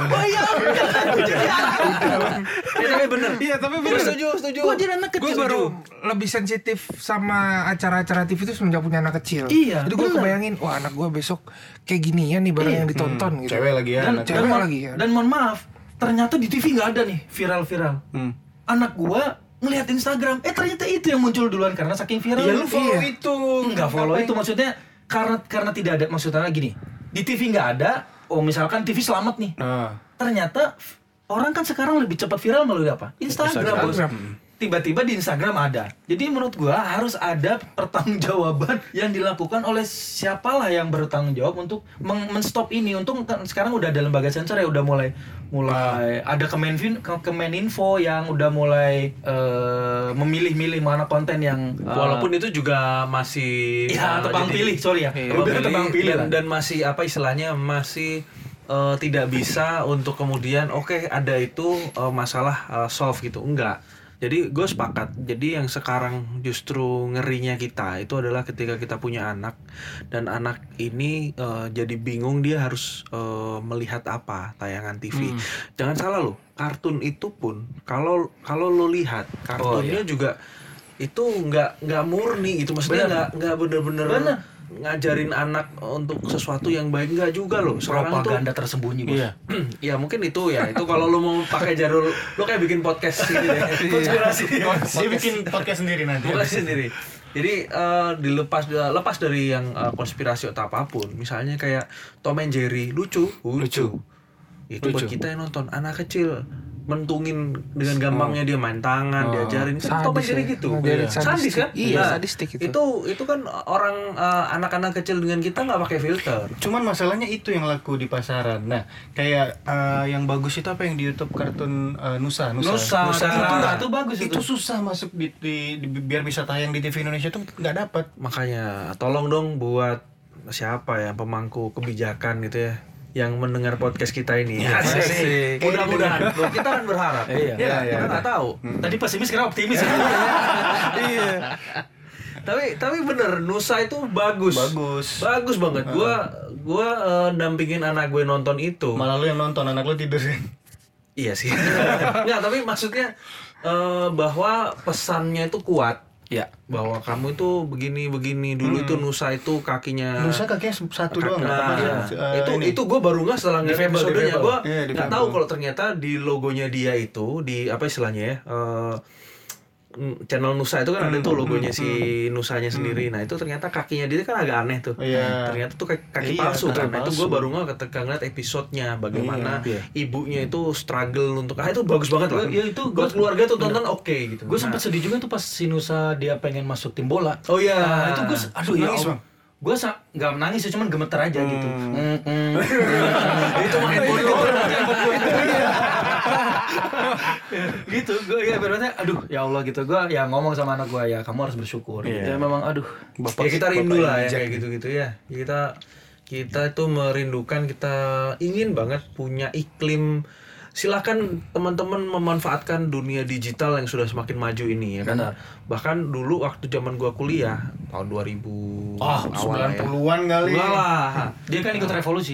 Tapi bener. Iya tapi bener. Setuju. Gua jadi anak Gue kecil. baru lebih sensitif sama acara-acara TV itu semenjak punya anak kecil. Iya, Jadi gue bener. kebayangin, wah anak gue besok kayak ginian nih barang yang ditonton gitu. Cewek lagi ya. Dan, anak. cewek dan, lagi ya. dan mohon maaf, ternyata di TV nggak ada nih viral-viral. Anak gua ngelihat Instagram, ternyata itu yang muncul duluan karena saking viral. Iya, lu follow itu. Enggak follow itu, maksudnya karena tidak ada, maksudnya gini. Di TV nggak ada, misalkan TV selamat nih. Nah, Ternyata orang kan sekarang lebih cepat viral melalui apa? Instagram, Bos. Tiba-tiba di Instagram ada. Jadi menurut gua harus ada pertanggungjawaban yang dilakukan oleh siapalah yang bertanggung jawab untuk men-stop ini. Untung kan sekarang udah ada lembaga sensor ya, udah mulai ada Kemeninfo yang udah mulai memilih-milih mana konten yang Walaupun itu juga masih ya tebang jadi- pilih, sorry ya. Tebang Udah tebang pilih lah. dan masih apa istilahnya masih tidak bisa untuk kemudian ada itu masalah solve gitu, enggak. Jadi gue sepakat. Jadi yang sekarang justru ngerinya kita itu adalah ketika kita punya anak dan anak ini jadi bingung dia harus melihat apa tayangan TV. Jangan salah loh, kartun itu pun kalau lo lihat kartunnya juga itu nggak murni gitu, maksudnya nggak bener-bener ngajarin anak untuk sesuatu yang baik, nggak juga loh. Sekarang Propaganda tersembunyi, Bos. iya. Ya mungkin itu kalau lo mau pakai jalur lo kayak bikin podcast gitu deh. Konspirasi. Dia bikin podcast sendiri nanti. Podcast sendiri. Jadi lepas dari yang konspirasi atau apapun, misalnya kayak Tom and Jerry lucu. Itu buat kita yang nonton, anak kecil mentungin dengan gampangnya dia main tangan, diajarin kan Tom and Jerry gitu. Ngajarin Sadis kan? Iya, Nah, sadistik itu. Itu kan orang anak-anak kecil dengan kita nggak pakai filter. Cuman masalahnya itu yang laku di pasaran. Nah, kayak yang bagus itu apa yang di YouTube kartun Nusa. Nusa. Itu bagus Itu susah masuk di biar bisa tayang di TV Indonesia tuh nggak dapat. Makanya tolong dong buat siapa ya pemangku kebijakan gitu ya. yang mendengar podcast kita ini. Asik. Mudah-mudahan. Loh, kita kan berharap. Iya. Kita nggak tahu. Tadi pesimis sekarang optimis. Iya. Tapi bener, Nusa itu bagus. Bagus banget. Gua dampingin anak gue nonton itu. Malah lu yang nonton, anak lu tidur kan. Iya sih. Nggak, tapi maksudnya bahwa pesannya itu kuat. Ya. Bahwa kamu itu begini dulu itu Nusa itu kakinya Nusa kakinya satu doang. Nah, ini. itu gue baru nggak setelah ngeliat episodenya. Gue Iya, nggak difabel. tahu kalau ternyata di logonya dia itu di apa istilahnya ya, channel Nusa itu kan ada tuh logonya si Nusanya sendiri. Nah itu ternyata kakinya dia kan agak aneh tuh. Iya. Ternyata tuh kaki Iya, palsu kan. kaki Nah, itu palsu. gue baru nggak ketika ngeliat episodenya bagaimana Iya. ibunya itu struggle untuk itu bagus banget lah. Ya, itu buat keluarga tuh tonton oke gitu. Gue sempat sedih juga tuh pas si Nusa dia pengen masuk tim bola. Oh iya. Nah, itu gue aduh ya Nangis, Allah. Bang? Gue nggak menangis sih, cuman gemeter aja gitu. Itu main bola. Gitu, gue ya berarti aduh ya Allah gitu. Gue ya ngomong sama anak gue ya kamu harus bersyukur. Iya. Ya memang aduh. Ya kita rindu lah ya kayak gitu-gitu ya. Kita itu merindukan, kita ingin banget punya iklim. Silakan teman-teman memanfaatkan dunia digital yang sudah semakin maju ini ya kan. Benar. Bahkan dulu waktu zaman gua kuliah tahun 2000 awal ya. 90-an kali. Enggak lah. Dia kan ikut revolusi.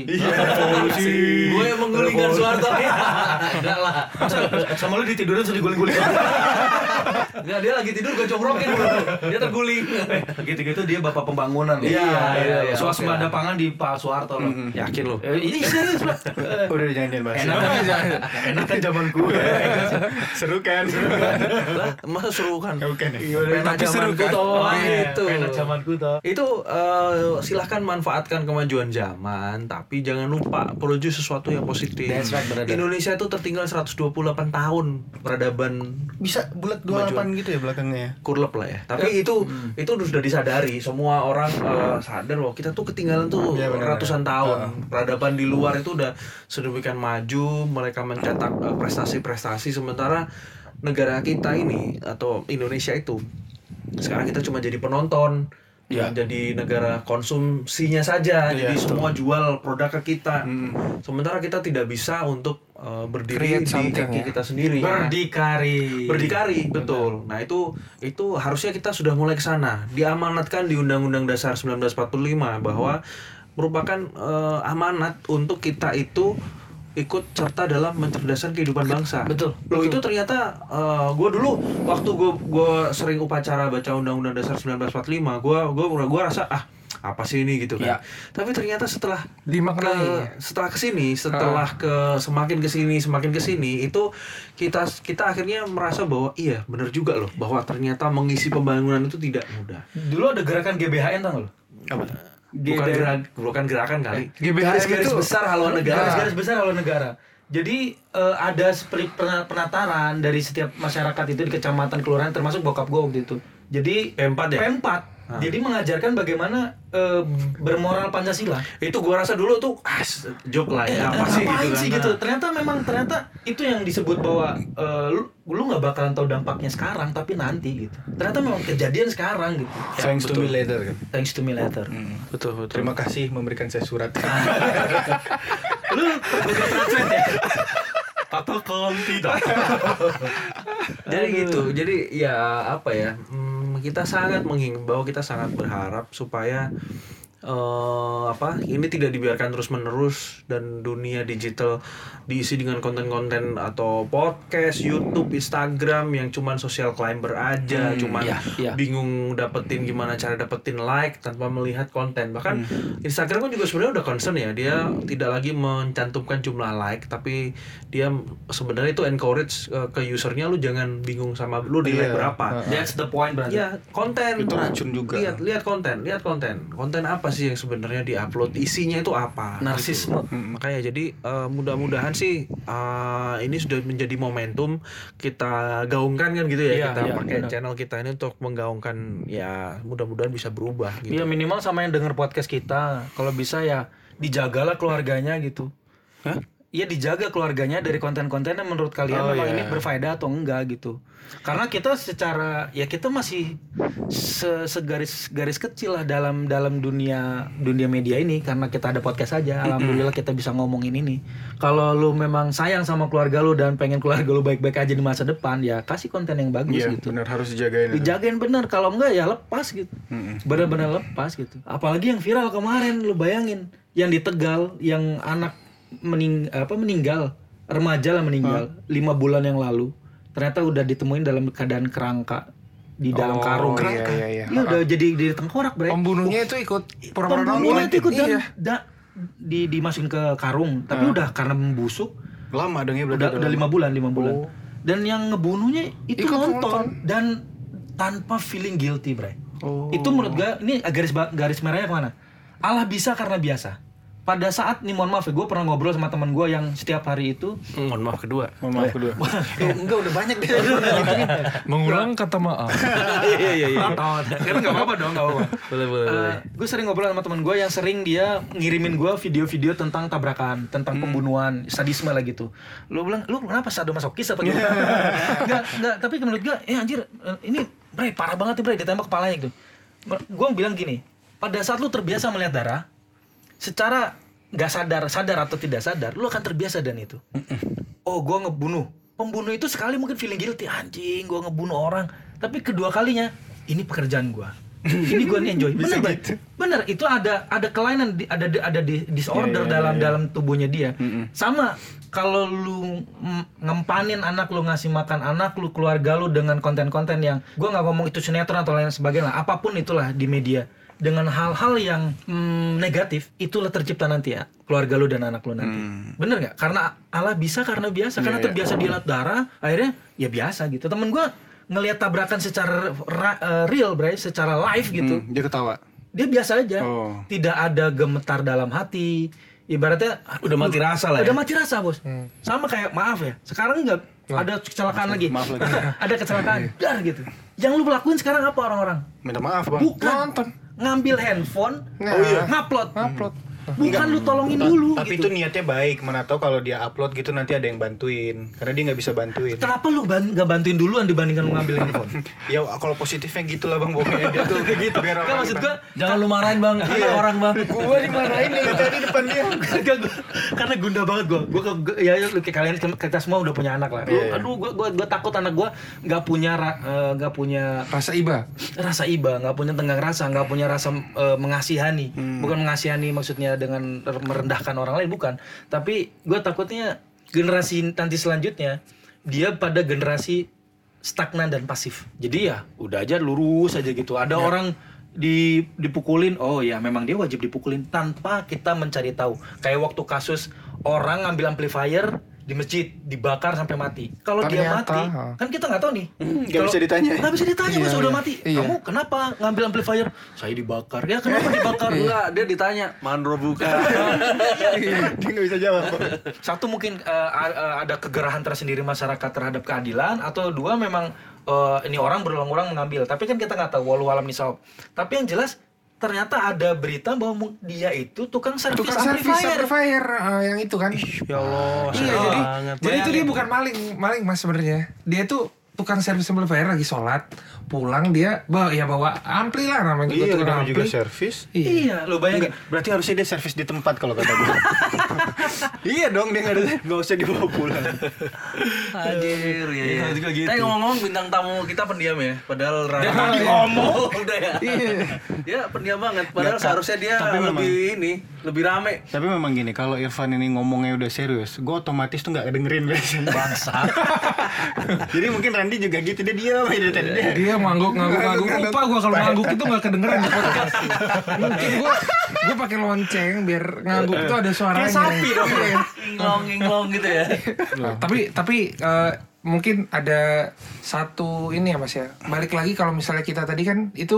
Gue yang menggulingkan Soeharto ya. Enggak lah. Sama lu ditidurin terus diguling-guling. Enggak, dia lagi tidur gue congrokin bro. Dia terguling. Gitu-gitu dia bapak pembangunan loh. Iya, Swasembada pangan di Pak Soeharto loh. Yakin lo? Ini serius Pak. Udah jangan bahas. Enak kan zaman gue. Seru kan? Lah, masa seru kan? Bukan ya? Pena Tapi seru zamanku kan? toh, Iya, gitu. pena zamanku toh. Itu silahkan manfaatkan kemajuan zaman, tapi jangan lupa produce sesuatu yang positif. That's right, brother. Indonesia itu tertinggal 128 tahun peradaban Bisa bulat 28 gitu ya belakangnya ya? kurlep lah ya. Tapi itu sudah disadari, semua orang sadar bahwa kita tuh ketinggalan tuh Iya, benar. ratusan tahun. Peradaban di luar itu udah sedemikian maju, mereka mencetak prestasi-prestasi, sementara negara kita ini atau Indonesia itu sekarang kita cuma jadi penonton. Ya. Jadi negara konsumsinya saja, Iya, jadi betul. semua jual produk ke kita. Sementara kita tidak bisa untuk berdiri Create di something, kaki ya. kita sendiri. Berdikari, betul. Nah, itu harusnya kita sudah mulai ke sana. Diamanatkan di Undang-Undang Dasar 1945 bahwa merupakan amanat untuk kita itu ikut serta dalam mencerdaskan kehidupan bangsa. Betul. Loh itu ternyata gue dulu waktu gue sering upacara baca Undang-Undang Dasar 1945, gue rasa apa sih ini gitu kan. Ya. Tapi ternyata setelah Dimaknai. setelah semakin kesini itu kita akhirnya merasa bahwa iya benar juga loh bahwa ternyata mengisi pembangunan itu tidak mudah. Dulu ada gerakan GBHN tau nggak lo? Apa? Bukan gerakan kali. GBHN Garis-garis itu besar haluan negara. Garis-garis besar haluan negara. Jadi ada seperti penataran dari setiap masyarakat itu di kecamatan kelurahan termasuk bokap gue waktu itu. Jadi P4 ya? P4. Jadi mengajarkan bagaimana bermoral Pancasila. Itu gua rasa dulu tuh joke lah ya. Apa sih Ngapain gitu sih kan. gitu? Ternyata itu yang disebut bahwa lu nggak bakalan tahu dampaknya sekarang tapi nanti gitu. Ternyata memang kejadian sekarang gitu. Thanks to me later kan? Thanks to me later. Betul. Terima kasih memberikan saya surat. Lu Google Translate ya? Katakan tidak. Jadi gitu. Jadi ya apa ya? Kita sangat menghimbau, kita sangat berharap supaya ini tidak dibiarkan terus-menerus dan dunia digital diisi dengan konten-konten atau podcast, YouTube, Instagram yang cuman social climber aja, cuman iya. bingung dapetin gimana cara dapetin like tanpa melihat konten. Bahkan Instagram kan juga sebenarnya udah concern ya, dia tidak lagi mencantumkan jumlah like, tapi dia sebenarnya itu encourage ke usernya, lu jangan bingung sama lu di like Iya. berapa. That's the point, brother. Iya, konten. Itu racun juga. Lihat konten. Konten apa sih yang sebenarnya diupload? Isinya itu apa? Narsisme. Gitu. Makanya jadi mudah-mudahan sih ini sudah menjadi momentum kita gaungkan kan gitu ya. Iya, Kita iya, pakai benar. channel kita ini untuk menggaungkan ya mudah-mudahan bisa berubah gitu. Iya minimal sama yang denger podcast kita, kalau bisa ya dijagalah keluarganya gitu. Hah? ya dijaga keluarganya dari konten-konten yang menurut kalian memang ini berfaedah atau enggak gitu. Karena kita secara ya kita masih segaris kecil lah dalam dunia media ini, karena kita ada podcast aja. Alhamdulillah kita bisa ngomongin ini. Kalau lu memang sayang sama keluarga lu dan pengen keluarga lu baik-baik aja di masa depan, ya kasih konten yang bagus gitu. Benar, harus dijagain. Dijagain bener, kalau enggak ya lepas gitu. Benar-benar lepas gitu. Apalagi yang viral kemarin, lu bayangin yang di Tegal yang anak meninggal, remaja lah meninggal 5 bulan yang lalu. Ternyata udah ditemuin dalam keadaan kerangka di dalam karung. Iya. Iya udah jadi tengkorak, Bre. Pembunuhnya itu ikut pura-pura Pembunuhnya itu ikut Iya. dan dimasukin ke karung, tapi udah karena membusuk. Lama dong ya berarti. Udah 5 bulan. Dan yang ngebunuhnya itu Ikut nonton dan tanpa feeling guilty, Bre. Itu menurut gue ini garis merahnya kemana? Allah bisa karena biasa. Pada saat nih, mohon maaf ya, gue pernah ngobrol sama teman gue yang setiap hari itu Mohon maaf kedua. enggak udah banyak deh. Mengulang kata maaf. Iya. Kan nggak apa-apa dong, nggak apa-apa. Boleh. Gue sering ngobrol sama teman gue yang sering dia ngirimin gue video-video tentang tabrakan, tentang pembunuhan, sadisme lah gitu. Lu bilang, lu kenapa sadomasokis apa gitu? Enggak, tapi menurut gue, anjir, ini Bre, parah banget nih Bre, ditembak kepalanya gitu. Gue bilang gini, pada saat lu terbiasa melihat darah, secara nggak sadar atau tidak sadar, lu akan terbiasa dan itu. Oh, gue ngebunuh. Pembunuh itu sekali mungkin feeling guilty, anjing, gue ngebunuh orang. Tapi kedua kalinya, ini pekerjaan gue. Ini gue enjoy. Bener, itu ada kelainan, ada disorder dalam tubuhnya dia. Sama kalau lu ngempanin anak lu, ngasih makan anak lu, keluarga lu dengan konten-konten yang gue nggak ngomong itu sinetron atau lain sebagainya, apapun itulah di media, dengan hal-hal yang negatif, itulah tercipta nanti ya keluarga lu dan anak lu nanti. Bener nggak? Karena Allah bisa karena biasa, karena terbiasa dia lihat darah, akhirnya ya biasa gitu. Temen gue ngelihat tabrakan secara real, Bray, secara live gitu. Dia ketawa. Dia biasa aja, tidak ada gemetar dalam hati. Ibaratnya Udah mati rasa lah ya. Udah mati rasa, Bos. Sama kayak maaf ya, sekarang nggak ada kecelakaan lagi. Ada kecelakaan, dar gitu. Yang lu lakuin sekarang apa orang-orang? Minta maaf, Bang. Bukan ngambil handphone, ngupload. Bukan lu tolongin Ta- dulu Tapi gitu. itu niatnya baik, mana tahu kalau dia upload gitu nanti ada yang bantuin. Karena dia nggak bisa bantuin. Kenapa lu nggak bantuin duluan dibandingkan lu ngambil handphone? Ya kalau positifnya gitu lah Bang, pokoknya dia tuh kayak gitu. Biar Kan maksud gua, Jangan lu marahin Bang, orang Bang. gua dimarahin dari tadi depan dia. Kagak, karena gunda banget gua ya kalian kita semua udah punya anak lah. Aduh, gua takut anak gua nggak punya Rasa iba. nggak punya tenggang rasa, nggak punya rasa mengasihani. Bukan mengasihani maksudnya dengan merendahkan orang lain, bukan. Tapi gue takutnya generasi nanti selanjutnya dia pada generasi stagnan dan pasif. Jadi ya udah aja lurus aja gitu. Ada orang dipukulin, oh ya memang dia wajib dipukulin tanpa kita mencari tahu. Kayak waktu kasus orang ngambil amplifier di masjid dibakar sampai mati. Kalau dia Ternyata, mati, kan kita nggak tahu nih. Nggak bisa ditanya. Nggak bisa ditanya, Mas, udah mati. Iya. Kamu kenapa ngambil amplifier? Saya dibakar. Ya kenapa dibakar? Enggak, dia ditanya, "Man robuka." Dia nggak bisa jawab. Satu mungkin ada kegerahan tersendiri masyarakat terhadap keadilan, atau dua memang ini orang berulang-ulang mengambil. Tapi kan kita nggak tahu walau alam nisab. Tapi yang jelas ternyata ada berita bahwa dia itu tukang servis amplifier yang itu kan. Ya Allah, Iya, jadi itu dia bukan maling Mas sebenarnya. Dia tuh tukang servis amplifier lagi sholat, pulang dia bawa ampli lah namanya juga, Iya, tukang namanya juga ampli. servis. Iya, lo bayangin. Berarti harusnya dia servis di tempat kalau kata gue. Iya dong, dia nggak usah dibawa pulang. Hadir ya. Iya, juga gitu. Tapi ngomong-ngomong bintang tamu kita pendiam ya. Padahal Dia lagi ngomong. udah ya. Ya pendiam banget. Padahal Nggak, seharusnya dia tapi lebih rame. Tapi memang gini, kalau Irfan ini ngomongnya udah serius, gue otomatis tuh nggak dengerin biasanya. Bangsa. Jadi mungkin Randy juga gitu, dia diam aja dari tadi dia. Dia ngangguk. Lupa gua kalau ngangguk itu nggak kedengeran di podcast. Mungkin gua pakai lonceng biar ngangguk itu ada suaranya. Kayak sapi dong. Iya. Ngelong gitu ya. Tapi mungkin ada satu ini ya Mas ya. Balik lagi kalau misalnya kita tadi kan itu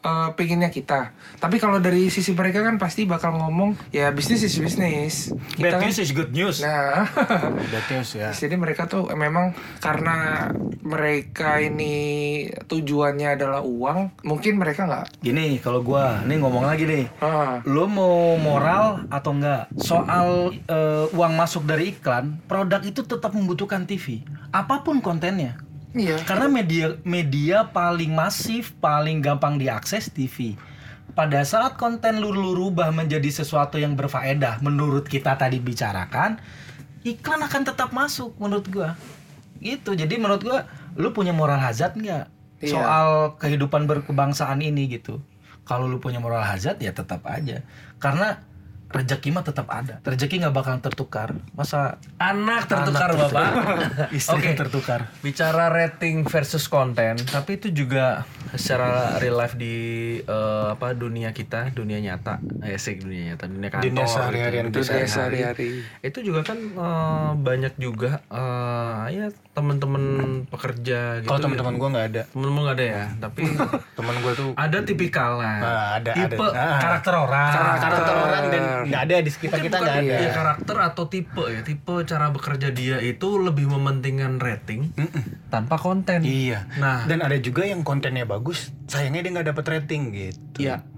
pengennya kita. Tapi kalau dari sisi mereka kan pasti bakal ngomong ya bisnis is bisnis. Bad Kita news is good news. Nah, Bad news ya. jadi mereka tuh memang karena mereka ini tujuannya adalah uang, mungkin mereka nggak. Gini, kalau gua nih ngomong lagi nih. Ah, Lo mau moral atau enggak? Soal uang masuk dari iklan, produk itu tetap membutuhkan TV. Apapun kontennya. iya. Karena media paling masif, paling gampang diakses TV. Pada saat konten lu rubah menjadi sesuatu yang berfaedah, menurut kita tadi bicarakan, iklan akan tetap masuk menurut gua. Gitu. Jadi menurut gua, lu punya moral hazard nggak Iya. soal kehidupan berkebangsaan ini gitu? Kalau lu punya moral hazard ya tetap aja. Karena rezeki mah tetap ada. Rezeki nggak bakal tertukar. Masa Anak tertukar Bapak. istri Oke. tertukar? Bicara rating versus konten, tapi itu juga secara real life di dunia kita, dunia nyata, dunia nyata, dunia kantor, Dunia sehari-harian gitu, kita dunia sehari-hari. Itu juga kan banyak juga ya teman-teman pekerja gitu. Kalau teman-teman gue nggak ada. Temen-temen nggak ada ya, tapi Teman gue tuh ada tipikal lah. ada. Tipe Ah. Karakter orang. Karakter orang dan nggak ada di sekitar kita nggak ada. Ya, karakter atau tipe ya, tipe cara bekerja dia itu lebih mementingkan rating tanpa konten. Iya. Nah, Dan ada juga yang kontennya bagus, sayangnya dia nggak dapat rating gitu. ya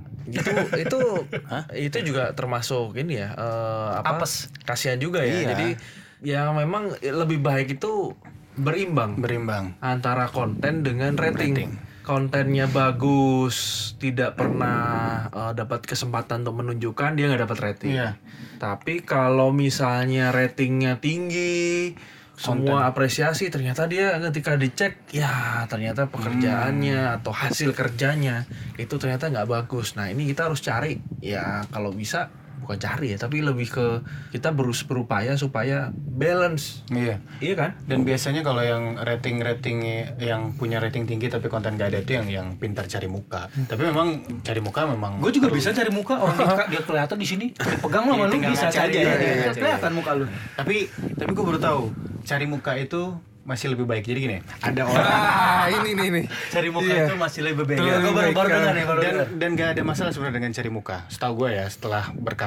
itu juga termasuk ini ya Apes. kasihan juga ya. Iya. Jadi ya memang lebih baik itu berimbang Berimbang. antara konten dengan rating. Kontennya bagus, tidak pernah dapat kesempatan untuk menunjukkan, dia nggak dapat rating. Iya. Tapi kalau misalnya ratingnya tinggi, semua apresiasi, ternyata dia ketika dicek, ya ternyata pekerjaannya atau hasil kerjanya itu ternyata nggak bagus. Nah ini kita harus cari, ya kalau bisa bukan cari ya, tapi lebih ke kita berupaya supaya balance. Iya. Iya kan? Dan biasanya kalau yang ratingnya yang punya rating tinggi tapi konten gak ada itu yang pintar cari muka. Tapi memang cari muka memang. Gue juga bisa cari muka orang dia kelihatan di sini. Pegang lo, Iya, lu tinggal bisa ngaca cari. aja, iya, Iya, ngaca, kelihatan iya. muka lu. Tapi gue baru tahu cari muka itu masih lebih baik. Jadi gini, ada orang ini nih. Cari muka Iya. itu masih lebih baik. Itu Ya, lebih gue baru baik, dengar nih, baru dan dengar. dan gak ada masalah sebenarnya dengan cari muka. Setahu gue ya setelah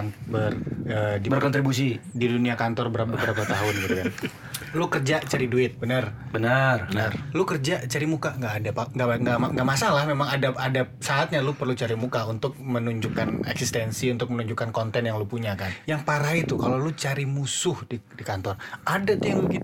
Berkontribusi. di dunia kantor beberapa tahun gitu kan. Lu kerja cari duit, benar. Benar. Lu kerja cari muka nggak ada pak, nggak masalah. Memang ada saatnya lu perlu cari muka untuk menunjukkan eksistensi, untuk menunjukkan konten yang lu punya kan. Yang parah itu kalau lu cari musuh di kantor. Ada tuh yang begitu.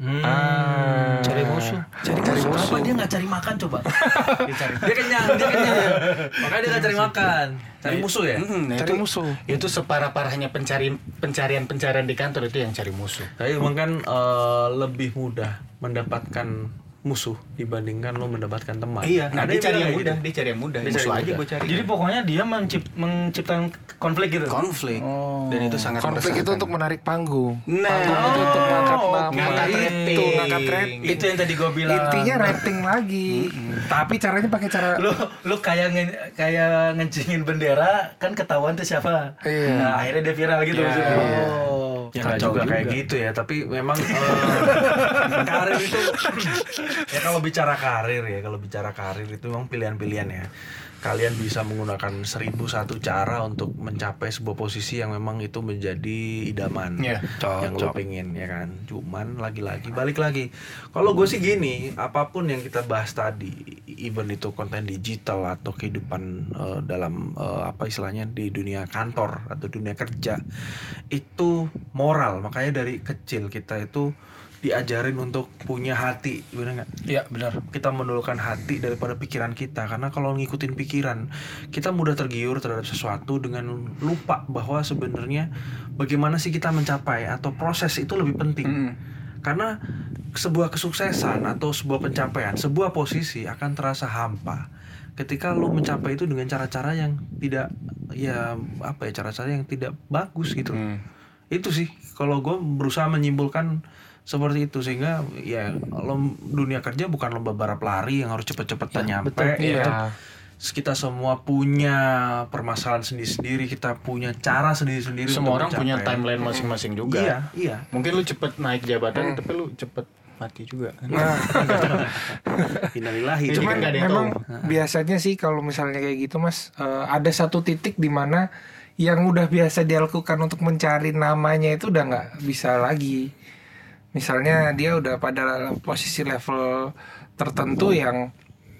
Cari musuh. Cari musuh. Kenapa dia nggak cari makan coba? Dia kenyang. Makanya dia nggak cari makan. Cari musuh ya? Nah, Cari itu, musuh. Itu separah-parahnya pencarian di kantor itu yang cari musuh. Tapi emang kan lebih mudah mendapatkan musuh dibandingkan lo mendapatkan teman. Iya, nah Ada dia cari yang bilang kayak mudah, gitu. dia cari yang mudah. Dia Musuh cari aja mudah. gue cari. Jadi pokoknya dia menciptakan konflik gitu. konflik. Dan itu sangat Konflik itu meresahkan. untuk menarik panggung. Nah, Panggung itu untuk ngangkat nama. ngangkat rating. Itu ngangkat rating. Itu yang tadi gue bilang. Intinya rating lagi. Tapi caranya pakai cara lu kayak ngencingin bendera kan ketahuan tuh siapa. Iya. Nah, akhirnya dia viral gitu Iya, maksudnya. iya. Oh. Ya nggak juga kayak gitu ya, tapi memang karir itu ya kalau bicara karir itu memang pilihan-pilihan ya. Kalian bisa menggunakan 1001 cara untuk mencapai sebuah posisi yang memang itu menjadi idaman Iya, yang lo pengen ya kan. Cuman lagi-lagi balik lagi. Kalau gue sih gini, apapun yang kita bahas tadi, even itu konten digital atau kehidupan dalam apa istilahnya di dunia kantor atau dunia kerja, itu moral. Makanya dari kecil kita itu diajarin untuk punya hati, benar nggak? Iya, benar. Kita mendulukan hati daripada pikiran kita, karena kalau ngikutin pikiran kita mudah tergiur terhadap sesuatu dengan lupa bahwa sebenarnya bagaimana sih kita mencapai atau proses itu lebih penting. Karena sebuah kesuksesan atau sebuah pencapaian, sebuah posisi akan terasa hampa ketika lo mencapai itu dengan cara-cara yang tidak cara-cara yang tidak bagus gitu. Itu sih kalau gue berusaha menyimpulkan seperti itu, sehingga ya dunia kerja bukan lomba balap lari yang harus cepet-cepetan nyampe. Iya. Kita semua punya permasalahan sendiri-sendiri, kita punya cara sendiri-sendiri. Semua untuk orang punya mencapai. timeline masing-masing juga. Iya. Mungkin lu cepet naik jabatan, tapi lu cepet mati juga. Innalillahi. Jadi Cuman kan nggak ada yang memang tahu. biasanya sih kalau misalnya kayak gitu Mas, ada satu titik di mana yang udah biasa dilakukan untuk mencari namanya itu udah nggak bisa lagi. Misalnya dia udah pada posisi level tertentu yang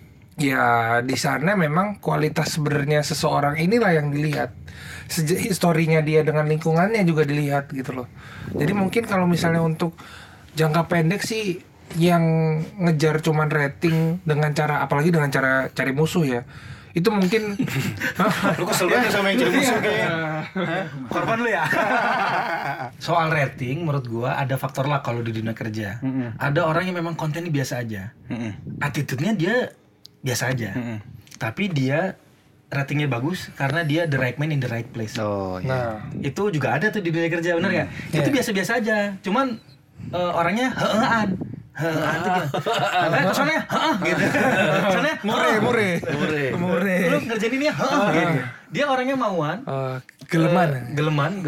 ya di sana memang kualitas sebenarnya seseorang inilah yang dilihat. Historinya dia dengan lingkungannya juga dilihat gitu loh. Jadi mungkin kalau misalnya untuk jangka pendek sih yang ngejar cuman rating dengan cara, apalagi dengan cara cari musuh ya, itu mungkin Lu kesel banget sama yang jadi musuh kayaknya. Korban lu ya. Soal rating menurut gua ada faktor lah kalau di dunia kerja. Ada orang yang memang kontennya biasa aja. Attitude-nya dia biasa aja. Tapi dia ratingnya bagus karena dia the right man in the right place. Oh nah Itu juga ada tuh di dunia kerja, bener nggak? Itu biasa-biasa aja. Cuman orangnya heeh-an tuh dia. Soalnya gitu. Soalnya mure. Lu ngerjain ini ya gitu. Dia orangnya mauan, geleman.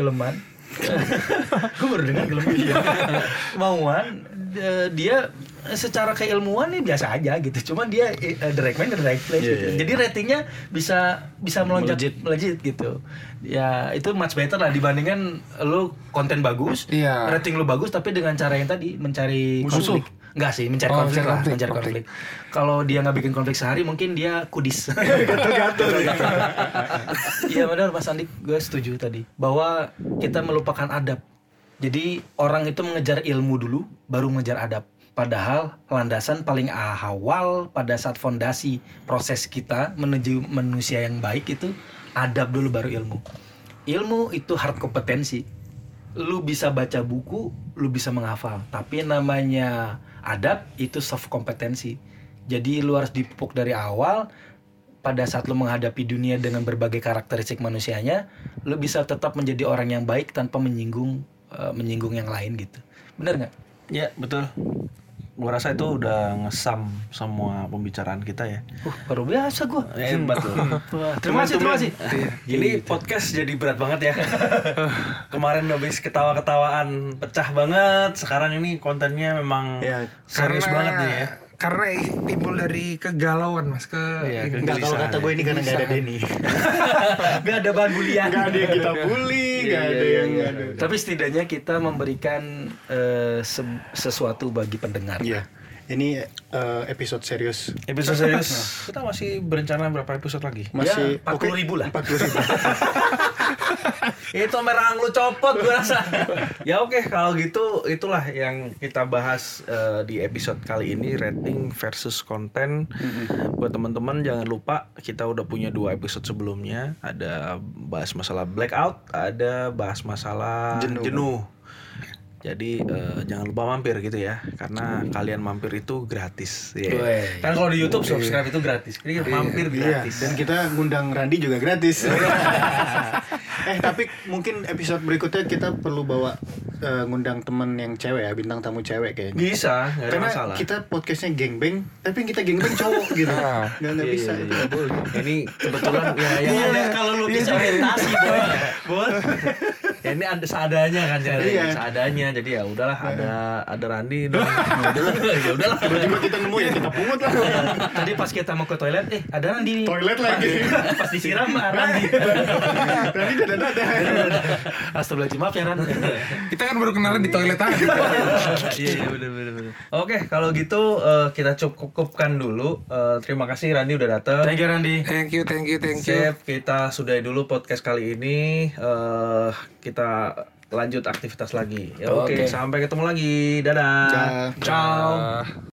Gue baru dengar geleman. Mauan, dia secara keilmuan nih biasa aja gitu. Cuman dia the right man in the right place gitu. Jadi ratingnya bisa melejit gitu. Ya itu much better lah dibandingkan lu konten bagus, rating lu bagus tapi dengan cara yang tadi mencari konflik. Enggak sih, mencari konflik. Kalau dia nggak bikin konflik sehari mungkin dia kudis. Gatel. Iya benar Mas Andi, gue setuju tadi bahwa kita melupakan adab. Jadi orang itu mengejar ilmu dulu baru mengejar adab. Padahal landasan paling awal pada saat fondasi proses kita menuju manusia yang baik itu adab dulu baru ilmu. Ilmu itu hard kompetensi. Lu bisa baca buku, lu bisa menghafal. Tapi namanya adab itu soft kompetensi. Jadi lu harus dipupuk dari awal. Pada saat lu menghadapi dunia dengan berbagai karakteristik manusianya, lu bisa tetap menjadi orang yang baik tanpa menyinggung yang lain gitu. Bener nggak? Ya, betul. Gua rasa itu udah ngesam semua pembicaraan kita ya. Baru biasa gua. Betul. Terima kasih. Ini podcast jadi berat banget ya. Kemarin habis ketawa-ketawaan pecah banget. Sekarang ini kontennya memang serius banget nih ya. Karena timbul dari kegalauan Mas, Enggak, kalau kata gue ini karena nggak ada Denny. Gak ada bahan bulian. Nggak ada yang kita bully, nggak ada yang Tapi setidaknya kita memberikan sesuatu bagi pendengar. Iya. Ini episode serius. Episode serius. Kita masih berencana berapa episode lagi? Masih 40.000 lah. 40.000. Itu merang lu copot gua rasa. Ya oke, kalau gitu itulah yang kita bahas di episode kali ini, rating versus konten. Buat teman-teman jangan lupa kita udah punya 2 episode sebelumnya, ada bahas masalah blackout, ada bahas masalah jenuh. Jadi jangan lupa mampir gitu ya, karena kalian mampir itu gratis. Kan kalau di YouTube subscribe itu gratis, jadi mampir gratis. Dan kita ngundang Randi juga gratis. Tapi mungkin episode berikutnya kita perlu bawa ngundang temen yang cewek ya, bintang tamu cewek kayaknya. Bisa, nggak ada Karena masalah. kita podcastnya gengbeng, tapi kita gengbeng cowok gitu. Nggak bisa. Iya, boleh. Ini kebetulan ya yang Iya, ada kalau lu bisa orientasi, Boy. ya ini ada seadanya kan seadanya. Jadi ya udahlah, ada Randi dan ya udahlah. Tiba-tiba kita nemu ya kita pungut lah. Tadi pas kita mau ke toilet, ada Randi. Toilet lagi. Pas disiram Randi. Randi dada-dada. Astagfirullahaladzim, maaf ya Ran. kita kan baru kenalan di toilet aja. Iya benar. Oke, kalau gitu kita cukupkan dulu. Terima kasih Randi udah datang. Thank you Randi. Thank you. Sip, kita sudahi dulu podcast kali ini. Kita lanjut aktivitas lagi. Ya oke, sampai ketemu lagi. Dadah. Ciao. Ciao.